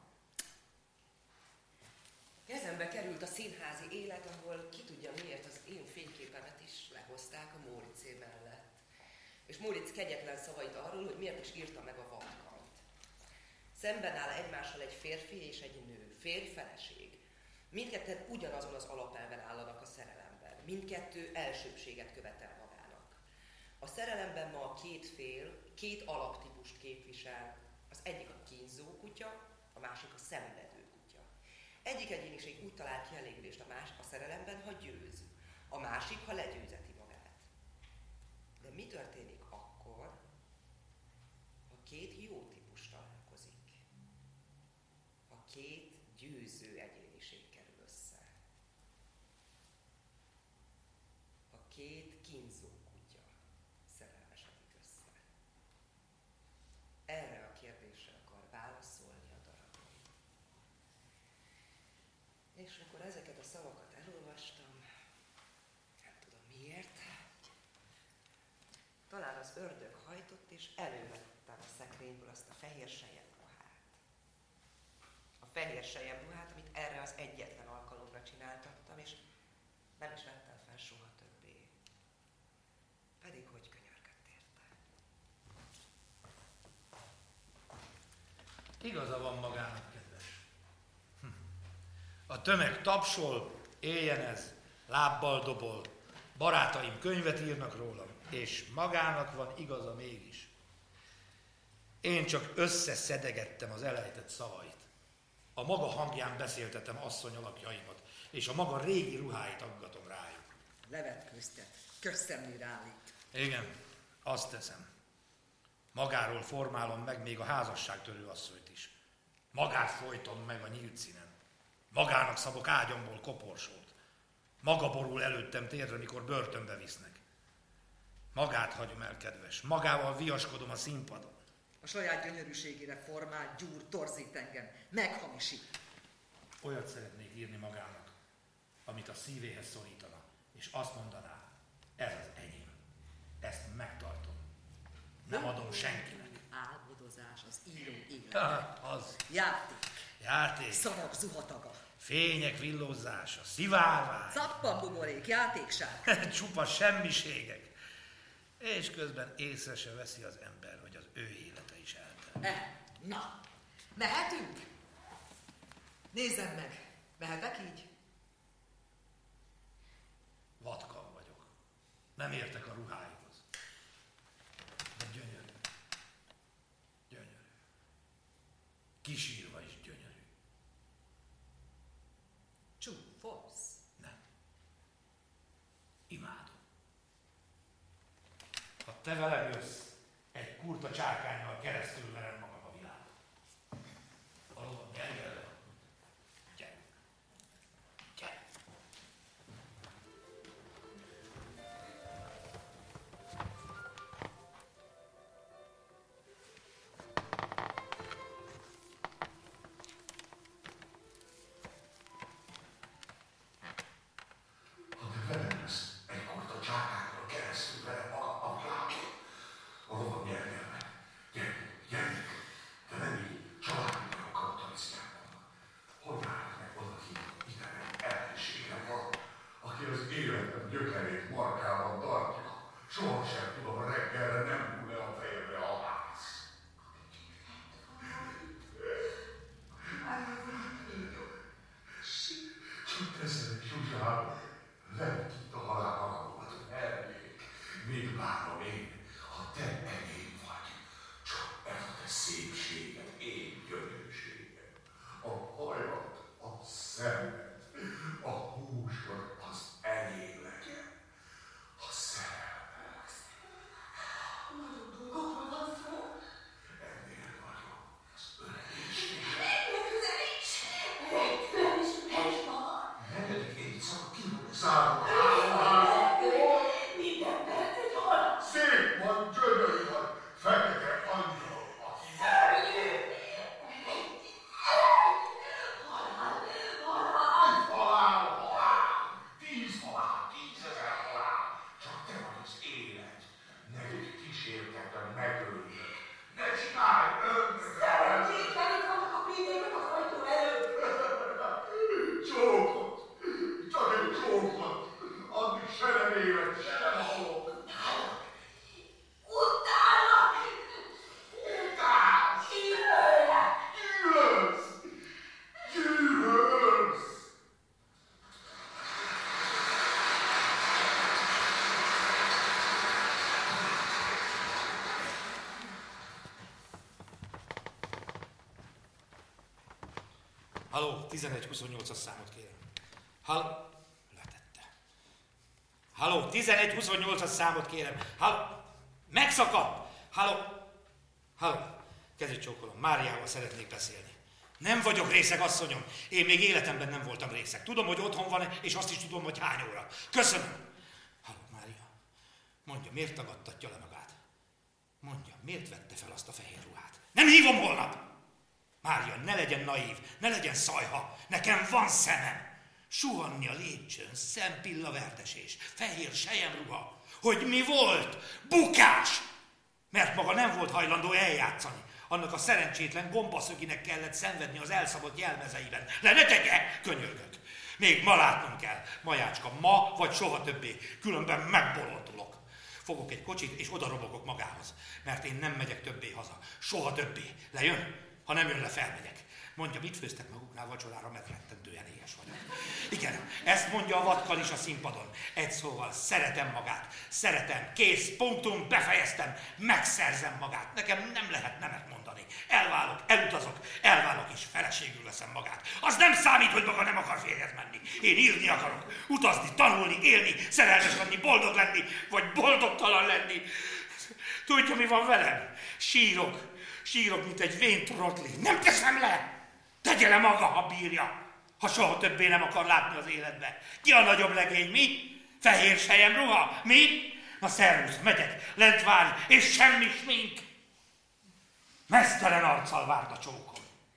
Kezembe került a színházi élet, ahol ki tudja miért az én fényképemet is lehozták a Móriczé mellett. És Móric kegyetlen szavait arról, hogy miért is írta meg a vadkant. Szemben áll egymással egy férfi és egy nő, férj-feleség. Mindketten ugyanazon az alapelven állanak a szerelemben. Mindkettő elsőbséget követel magának. A szerelemben ma a két fél, két alaptípust képvisel. Az egyik a kínzó kutya, a másik a szenvedő kutya. Egyik egyéniség úgy talál kielégülést a más a szerelemben, ha győz. A másik, ha legyőzeti magát. De mi történik akkor, ha két jó típus találkozik? Ha két győző egyéniség kerül össze? Ha két kínzó kutya szerelmesedik össze? Erre a kérdésre akar válaszolni a darabom. És akkor ezeket a szavakat elolvastam, nem tudom miért, talán az ördög hajtott, és elővettem a szekrényből azt a fehér selyemruhát. A fehér selyemruhát, amit erre az egyetlen alkalomra csináltattam, és nem is vettem fel soha többé. Pedig hogy könyörgött érte. Igaza van magának, kedves. Hm. A tömeg tapsol, éljen ez, lábbal dobol, barátaim könyvet írnak rólam, és magának van igaza mégis. Én csak összeszedegettem az elejtett szavait. A maga hangján beszéltetem asszony alakjaimat, és a maga régi ruháit aggatom rájuk. Levetkőztet, közszemlére állít. Igen, azt teszem. Magáról formálom meg még a házasságtörő asszonyt is. Magát folytom meg a nyílt színen. Magának szabok ágyamból koporsót. Maga borul előttem térre, mikor börtönbe visznek. Magát hagyom el, kedves. Magával viaskodom a színpadon. A saját gyönyörűségére formál, gyúr, torzít engem, meghamisít. Olyat szeretnék írni magának, amit a szívéhez szorítana, és azt mondaná, ez az enyém. Ezt megtartom. Nem adom senkinek. Álmodozás az író élet. Ha, az. Játék. Játék. Szavak zuhataga. Fények villózása, szivárvány. Szappan buborék, játékság. Csupa semmiségek. És közben észre se veszi az ember, hogy az ő élete is eltelt. Eh, na, mehetünk? Nézzem meg, mehetek így? Vadkan vagyok. Nem értek a ruháihoz. De gyönyörű. Gyönyörű. Kisírva is gyönyörű. Csúfolsz. Nem. Imádom. Ha te velem jössz, egy kurta csákánnyal keresztül verem magam a világon. Valóban, gyere, gyere. Gyere. Gyere. Ha te velem jössz, egy kurta csákánnyal keresztül verem magam a világon. Valóban, gyere, gyere. Gyere. gyökerét markában tartja. Sohasem tudom, reggelre nem hull le a fejemre a ház. Csak teszem egy Zsuzsába, nem tudta halál magamat elvék. Még várom én, ha te enyém vagy. Csak ez a te szépséged, én gyönyörűségem. A hajad, a szemed, a húsod az enyém legyen. A szerelmed. Nagyon dolgokról van szó. Ennél vagyok, az ölelésnél. Ne közelíts! Végtelen is üres magad. Negyedik éjszaka ki van zárva. Minden perc egy halál. Szép vagy, gyönyörű vagy, fekete angyal vagy. Szörnyű! Halál, halál! Halál, halál, tíz halál, tízezer halál, csak te vagy az élet. Neked kísértetlen megölnök. Ne csinálj önnek! Szerencsétlen itt vannak a pillérek az ajtó előtt. Csókot, csak egy csókot, addig se nem élek, se nem halok. Utálnak! Utálsz! Gyűlölnek! Gyűlölsz! Gyűlölsz! Halló, tizenegy huszonnyolcas számot kérem. Halló, letette. Halló, tizenegy huszonnyolcas számot kérem. Halló, megszakadt. Halló, halló, kezét csókolom, Máriával szeretnék beszélni. Nem vagyok részeg, asszonyom. Én még életemben nem voltam részeg. Tudom, hogy otthon van, és azt is tudom, hogy hány óra. Köszönöm. Halló, Mária, mondja, miért tagadtatja le magát? Mondja, miért vette fel azt a fehér ruhát? Nem hívom holnap! Mária, ne legyen naív, ne legyen szajha, nekem van szemem. Suhanni a lépcsőn, szempilla verdesés, fehér selyemruha. Hogy mi volt? Bukás! Mert maga nem volt hajlandó eljátszani. Annak a szerencsétlen gombaszöginek kellett szenvedni az elszabott jelmezeiben. Le ne tegye, könyörgök. Még ma látnom kell, Majácska, ma vagy soha többé, különben megbolondulok. Fogok egy kocsit és odarobogok magához, mert én nem megyek többé haza. Soha többé. Lejön? Ha nem jön le, felmegyek. Mondja, mit főztek maguknál vacsorára, mert rettentően éhes vagyok. Igen, ezt mondja a vadkal is a színpadon. Egy szóval, szeretem magát. Szeretem, kész, punktum, befejeztem, megszerzem magát. Nekem nem lehet nemet mondani. Elválok, elutazok, elválok és feleségül veszem magát. Az nem számít, hogy maga nem akar férjhez menni. Én írni akarok, utazni, tanulni, élni, szerelmes lenni, boldog lenni, vagy boldogtalan lenni. Tudja, mi van velem? Sírok. Sírok, mint egy vén trotli. Nem teszem le! Tegye le maga, ha bírja, ha soha többé nem akar látni az életbe. Ki a nagyobb legény, mi? Fehér selyemruha, mi? Na szervusz, megyek, lent várj, és semmi smink. Meztelen arccal várd a csókon.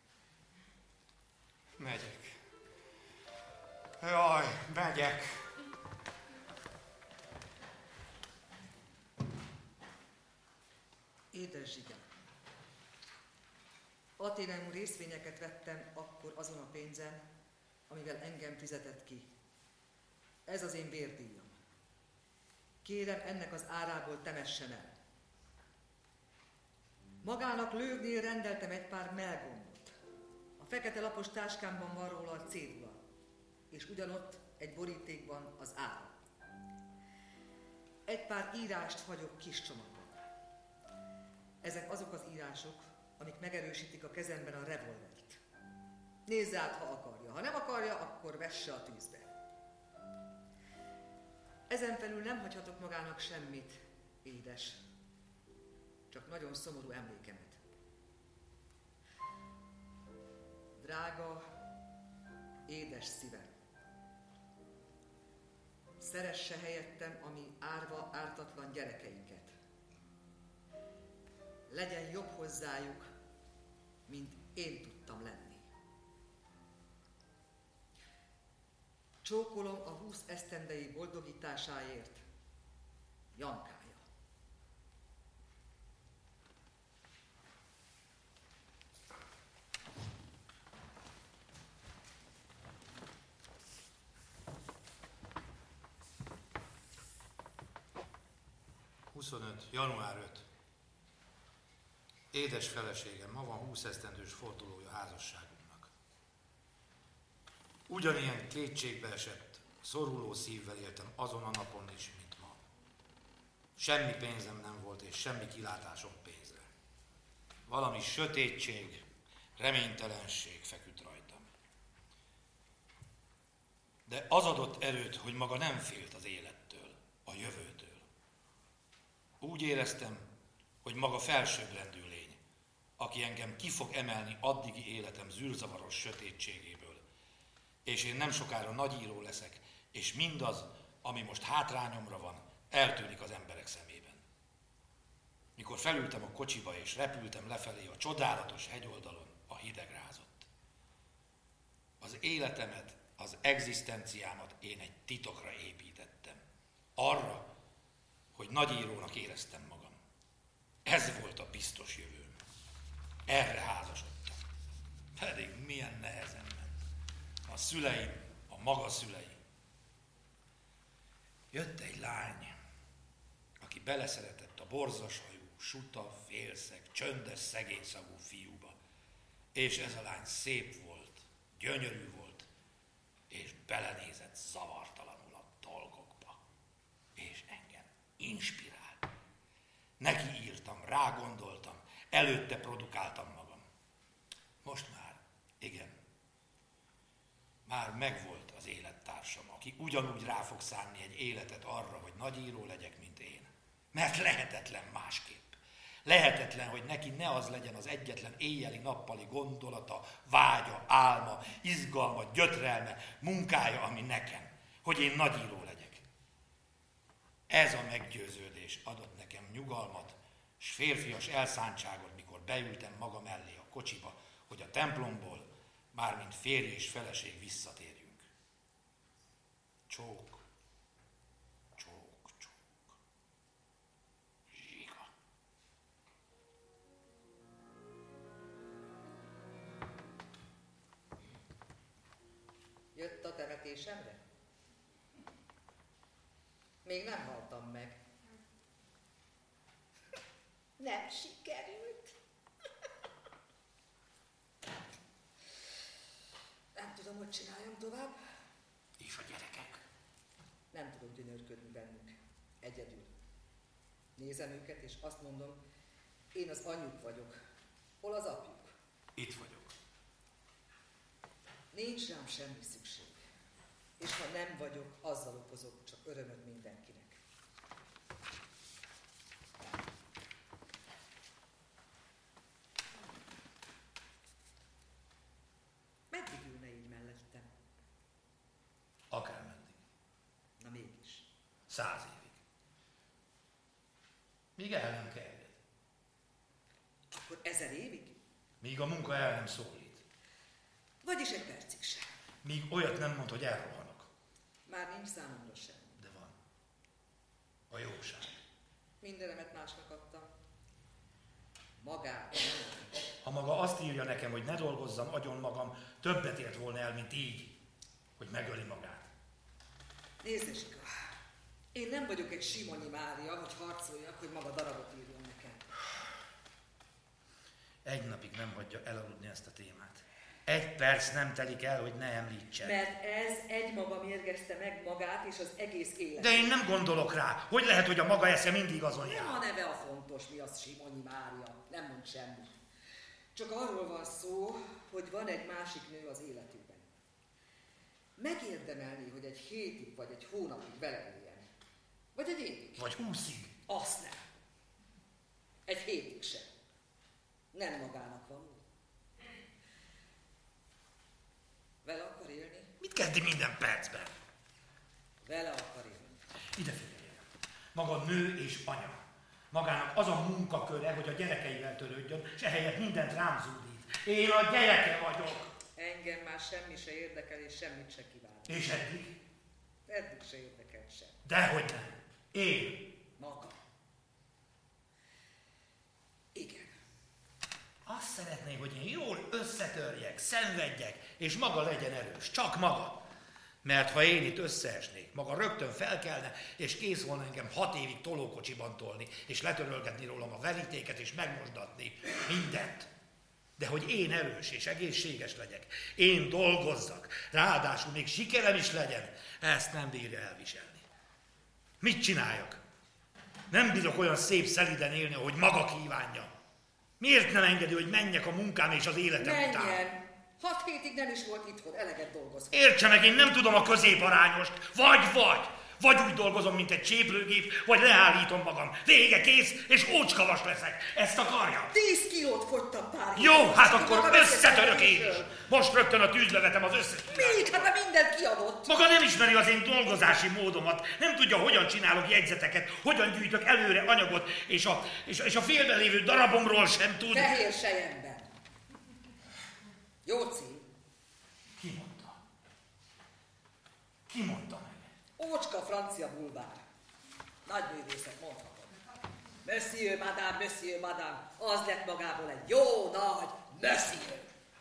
Megyek. Jaj, megyek. Édes Zsiga, Athénemú részvényeket vettem akkor azon a pénzen, amivel engem fizetett ki. Ez az én vérdíjam. Kérem, ennek az árából temessen el. Magának lőgnél rendeltem egy pár mellgombot. A fekete lapos táskámban van róla a cédula, és ugyanott egy borítékban az ára. Egy pár írást hagyok kis csomagban. Ezek azok az írások, amik megerősítik a kezemben a revolvert. Nézze át, ha akarja. Ha nem akarja, akkor vesse a tűzbe. Ezen felül nem hagyhatok magának semmit, édes. Csak nagyon szomorú emlékemet. Drága, édes szívem. Szeresse helyettem a mi árva, ártatlan gyerekeinket. Legyen jobb hozzájuk, mint én tudtam lenni. Csókolom a húsz esztendei boldogításáért, Jankája. huszonöt. január ötödike. Édes feleségem, ma van húsz esztendős fordulója házasságunknak. Ugyanilyen kétségbe esett, szoruló szívvel éltem azon a napon is, mint ma. Semmi pénzem nem volt, és semmi kilátásom pénzre. Valami sötétség, reménytelenség feküdt rajtam. De az adott erőt, hogy maga nem félt az élettől, a jövőtől. Úgy éreztem, hogy maga felsőbbrendű lény, aki engem ki fog emelni addigi életem zűrzavaros sötétségéből. És én nem sokára nagyíró leszek, és mindaz, ami most hátrányomra van, eltűnik az emberek szemében. Mikor felültem a kocsiba és repültem lefelé a csodálatos hegyoldalon, a hideg rázott. Az életemet, az egzisztenciámat én egy titokra építettem. Arra, hogy nagyírónak éreztem magam. Ez volt a biztos jövőm. Erre házasodtam. Pedig milyen nehezen ment. A szüleim, a maga szülei. Jött egy lány, aki beleszeretett a borzashajú, suta, félszeg, csöndes, szegényszagú fiúba. És ez a lány szép volt, gyönyörű volt, és belenézett zavartalanul a dolgokba. És engem inspirált. Neki írtam, rágondoltam, előtte produkáltam magam. Most már, igen, már megvolt az élettársam, aki ugyanúgy rá fog szánni egy életet arra, hogy nagyíró legyek, mint én. Mert lehetetlen másképp. Lehetetlen, hogy neki ne az legyen az egyetlen éjjeli-nappali gondolata, vágya, álma, izgalma, gyötrelme, munkája, ami nekem, hogy én nagyíró legyek. Ez a meggyőződés adott nekem nyugalmat, s férfias elszántságot, mikor beültem maga mellé a kocsiba, hogy a templomból, mármint férj és feleség visszatérjünk. Csók, csók, csók. Zsiga. Jött a temetésemre? Még nem haltam meg. Nem sikerült. Nem tudom, hogy csináljam tovább. És a gyerekek? Nem tudok gyönyörködni bennük. Egyedül. Nézem őket, és azt mondom, én az anyjuk vagyok. Hol az apjuk? Itt vagyok. Nincs rám semmi szükség. És ha nem vagyok, azzal okozok csak örömöt mindenkinek. Meddig ülne így mellettem? Akármeddig. Na mégis. Száz évig. Míg el nem kerged. Akkor ezer évig? Míg a munka el nem szólít. Vagyis egy percig sem. Míg olyat nem mond, hogy elrohanok. Már nincs számomra sem. De van. A jóság. Mindenemet másnak adtam. Magát. Ha maga azt írja nekem, hogy ne dolgozzam agyon magam, többet ért volna el, mint így, hogy megöli magát. Nézd, Zsika, én nem vagyok egy Simonyi Mária, hogy harcoljak, hogy maga darabot írjon nekem. Egy napig nem hagyja elaludni ezt a témát. Egy perc nem telik el, hogy ne említsen. Mert ez egymaga mérgezte meg magát és az egész életet. De én nem gondolok rá. Hogy lehet, hogy a maga esze mindig azon jár? Nem a neve a fontos, mi az Simonyi Mária. Nem mond semmit. Csak arról van szó, hogy van egy másik nő az életükben. Megérdemelni, hogy egy hétig vagy egy hónapig vele éljen. Vagy egy évig. Vagy húszig. Azt nem. Egy hétig sem. Nem magának való. Vele akar élni? Mit kezdi minden percben? Vele akar élni. Ide figyeljen. Maga nő és anya. Magának az a munkaköre, hogy a gyerekeivel törődjön, és ehelyett mindent rám zúdít. Én a gyereke vagyok. Engem már semmi se érdekel, és semmit se kívánok. És eddig? Eddig se érdekel sem. Dehogy nem. Én. Maga. Igen. Azt szeretné, hogy én jól összetörjek, szenvedjek, és maga legyen erős. Csak maga. Mert ha én itt összeesnék, maga rögtön felkelne, és kész volna engem hat évig tolókocsiban tolni, és letörölgetni rólam a verítéket, és megmosdatni mindent. De hogy én erős és egészséges legyek, én dolgozzak, ráadásul még sikerem is legyen, ezt nem bírja elviselni. Mit csináljak? Nem bírok olyan szép szeliden élni, ahogy maga kívánja. Miért nem engedi, hogy menjek a munkám és az életem Menjen. után? Menjen! Hat hétig nem is volt itthon, eleget dolgozott. Értse meg, én nem tudom a középarányost. Vagy, vagy. Vagy úgy dolgozom, mint egy cséplőgép, vagy leállítom magam. Vége, kész, és ócskavas leszek. Ezt akarja? Tíz kilót fogytam pár. Jó, hát akkor összetörök én is. Most rögtön a tűzbe vetem az összes. Még? Hát már mindent kiadott. Maga nem ismeri az én dolgozási módomat. Nem tudja, hogyan csinálok jegyzeteket, hogyan gyűjtök előre anyagot, és a, és, és a félben lévő darabomról sem tud. Fehér selyemben. Jó cím. Ki mondta? Ki mondta meg? Ócska francia bulvár. Nagy művészet, mondhatom. Monsieur, madame, monsieur, madame. Az lett magából egy jó nagy monsieur.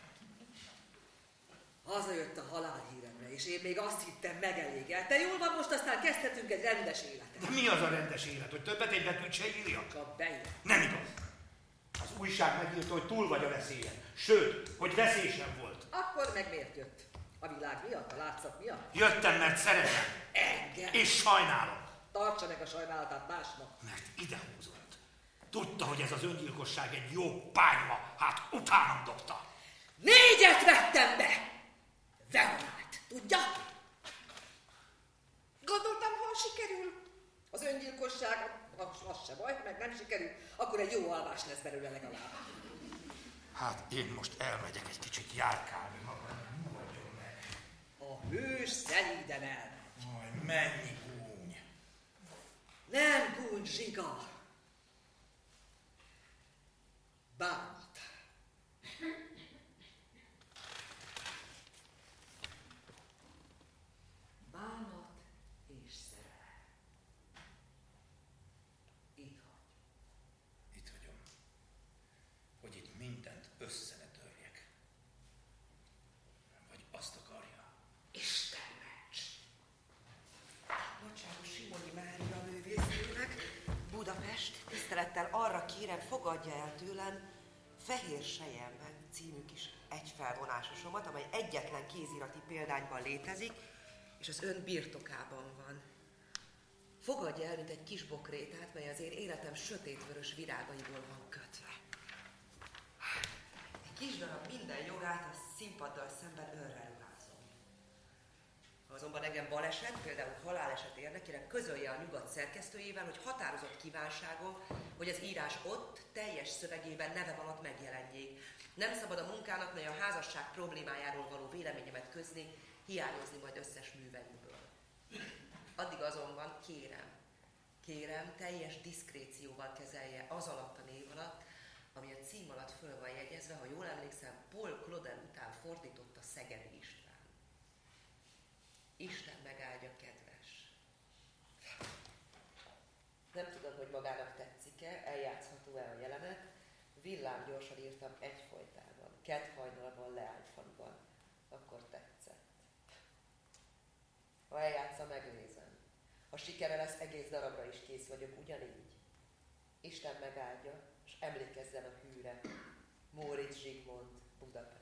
Hazajött a halálhíremre, és én még azt hittem megelégelte. Jól van, most aztán kezdhetünk egy rendes életet. De mi az a rendes élet, hogy többet egy betűt se írjak? Csak beír. Nem igaz. Az újság megírta, hogy túl vagy a veszélyen. Sőt, hogy veszély sem volt. Akkor meg miért jött? A világ miatt, a látszat miatt? Jöttem, mert szeretem. Engem. És sajnálom. Tartsa meg a sajnálatát másnak. Mert idehúzott. Tudta, hogy ez az öngyilkosság egy jó pányma, hát utánam dobta. Négyet vettem be! Veronált, tudja? Gondoltam, ha sikerül az öngyilkosság, az se baj, meg nem sikerül, akkor egy jó alvás lesz belőle legalább. Hát én most elmegyek egy kicsit járkálni magam, nyugodjon meg. A hős szelíden elmegy. Aj, mennyi gúny. Nem gúny, zsigar. Bánat. Bánat és szerelem. Itt hagy. Itt vagyom, hogy itt mindent össze ne törjek. Vagy azt akarja. Isten ments! Nagyságos Simonyi Mária művésznőnek, Budapest, tisztelettel arra kérem, fogadja el tőlem Fehér selyemben című kis egyfelvonásosomat, amely egyetlen kézirati példányban létezik, és az ön birtokában van. Fogadja el, mint egy kis bokrétát, mely az én életem sötétvörös virágaiból van kötve. Egy kis darab minden jogát a színpaddal szemben önre ruházom. Ha azonban engem baleset, például haláleset érne, kérem közölje a Nyugat szerkesztőjével, hogy határozott kívánságom, hogy az írás ott teljes szövegében nevem alatt megjelenjék. Nem szabad a munkának, mely a házasság problémájáról való véleményemet közni, hiányozni majd összes műveimből. Addig azonban kérem, kérem, teljes diszkrécióval kezelje az alatt a név alatt, ami a cím alatt föl van jegyezve, ha jól emlékszem, Paul Claudel után fordította Szegedi István. Isten megáldja, kedves. Nem tudom, hogy magának tetszik-e, eljátszható-e a jelenet. Villámgyorsan írtam egyfolytában, kedhajnalban, Leányfaluban. Akkor tetszett. Ha eljátsza, megnézem. Ha sikere lesz, egész darabra is kész vagyok, ugyanígy. Isten megáldja, és emlékezzen a hűre. Móricz Zsigmond, Budapest.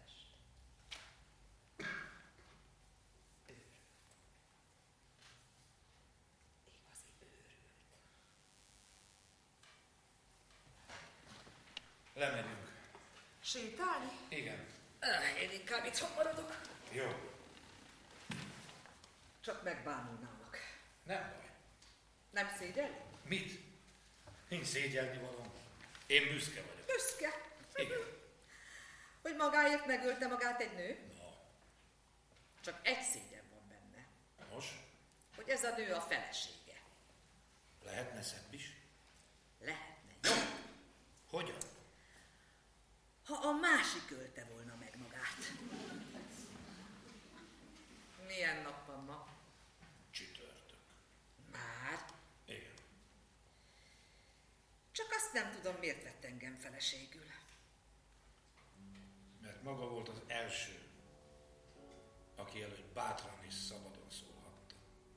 Lemegyünk. Sétálni? Igen. Öh, én inkább itthon maradok. Jó. Csak megbámulnálok. Nem baj. Nem szégyelni? Mit? Nincs szégyelni valóm. Én büszke vagyok. Büszke. Igen. Hogy magáért megölte magát egy nő? No. Csak egy szégyen van benne. Nos, Hogy ez a nő a felesége. lehetne szebb is? Lehetne, jó? Hogyan? Ha a másik ölte volna meg magát. Milyen nap van ma? Csütörtök. Már. Igen. Csak azt nem tudom, miért vett engem feleségül. Mert maga volt az első, aki valaki előtt bátran és szabadon szólhattam.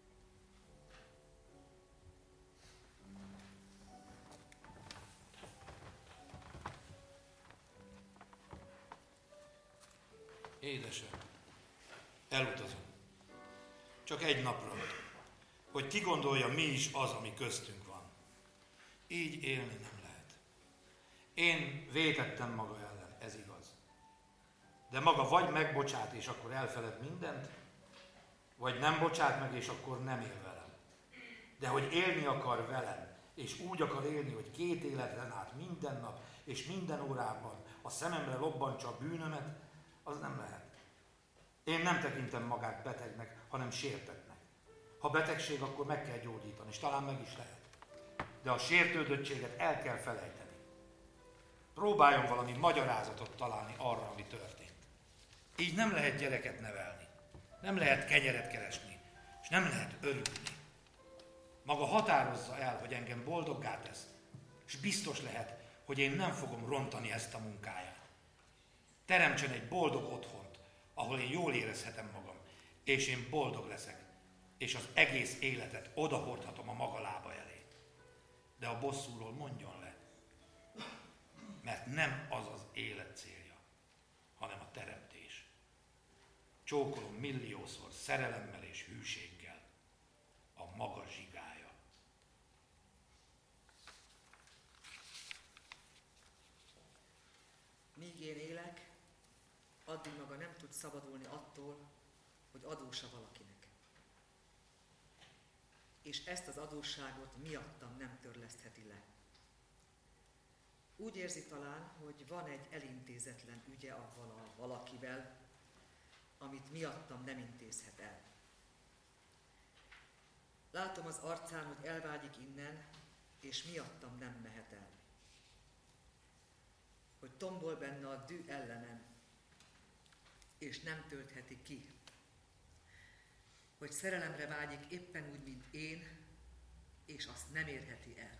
Édesem, elutazom. Csak egy napra, hogy ki gondolja, mi is az, ami köztünk van. Így élni nem lehet. Én vétettem maga ellen, ez igaz. De maga vagy megbocsát, és akkor elfeled mindent, vagy nem bocsát meg, és akkor nem él velem. De hogy élni akar velem, és úgy akar élni, hogy két életen át minden nap, és minden órában a szememre lobbantsa a bűnömet, az nem lehet. Én nem tekintem magát betegnek, hanem sértettnek. Ha betegség, akkor meg kell gyógyítani, és talán meg is lehet. De a sértődöttséget el kell felejteni. Próbáljon valami magyarázatot találni arra, ami történt. Így nem lehet gyereket nevelni, nem lehet kenyeret keresni, és nem lehet örülni. Maga határozza el, hogy engem boldoggá tesz, és biztos lehet, hogy én nem fogom rontani ezt a munkáját. Teremtsen egy boldog otthont, ahol én jól érezhetem magam, és én boldog leszek, és az egész életet odahordhatom a maga lába elé. De a bosszúról mondjon le, mert nem az az élet célja, hanem a teremtés. Csókolom milliószor szerelemmel és hűséggel, a maga zsigája. Míg én élek, addig maga nem tud szabadulni attól, hogy adósa valakinek. És ezt az adósságot miattam nem törlesztheti le. Úgy érzi talán, hogy van egy elintézetlen ügye avval a valakivel, amit miattam nem intézhet el. Látom az arcán, hogy elvágyik innen, és miattam nem mehet el. Hogy tombol benne a dű ellenem, és nem töltheti ki. Hogy szerelemre vágyik éppen úgy, mint én, és azt nem érheti el.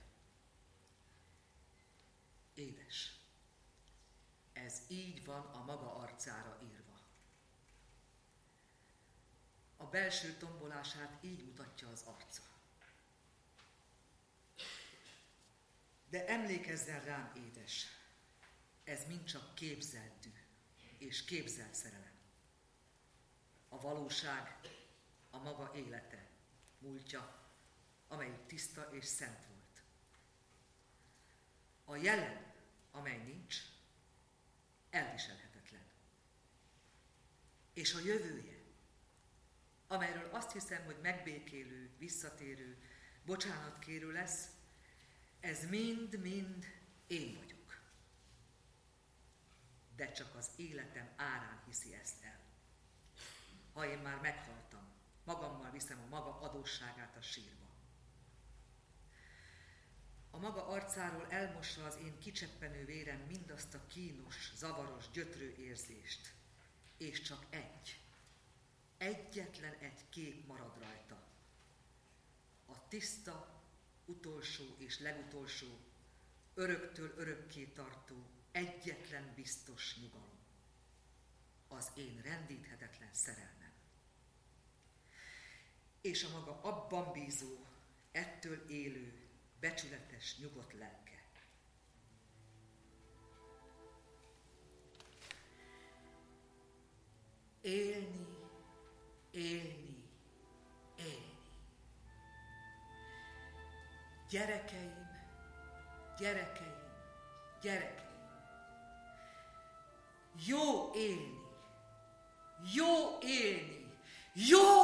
Édes, ez így van a maga arcára írva. A belső tombolását így mutatja az arca. De emlékezzen rám, édes, ez mind csak képzelt dű és képzelt szerelem. A valóság a maga élete, múltja, amelyik tiszta és szent volt. A jelen, amely nincs, elviselhetetlen. És a jövője, amelyről azt hiszem, hogy megbékélő, visszatérő, bocsánatkérő lesz, ez mind-mind én vagyok. De csak az életem árán hiszi ezt el. Ha én már meghaltam, magammal viszem a maga adósságát a sírba. A maga arcáról elmossa az én kicseppenő vérem mindazt a kínos, zavaros, gyötrő érzést. És csak egy, egyetlen egy kép marad rajta. A tiszta, utolsó és legutolsó, öröktől örökké tartó, egyetlen biztos nyugalom. Az én rendíthetetlen szerelmem. És a maga abban bízó, ettől élő, becsületes, nyugodt lelke. Élni, élni, élni. Gyerekeim, gyerekeim, gyerekeim. Jó élni, jó élni, jó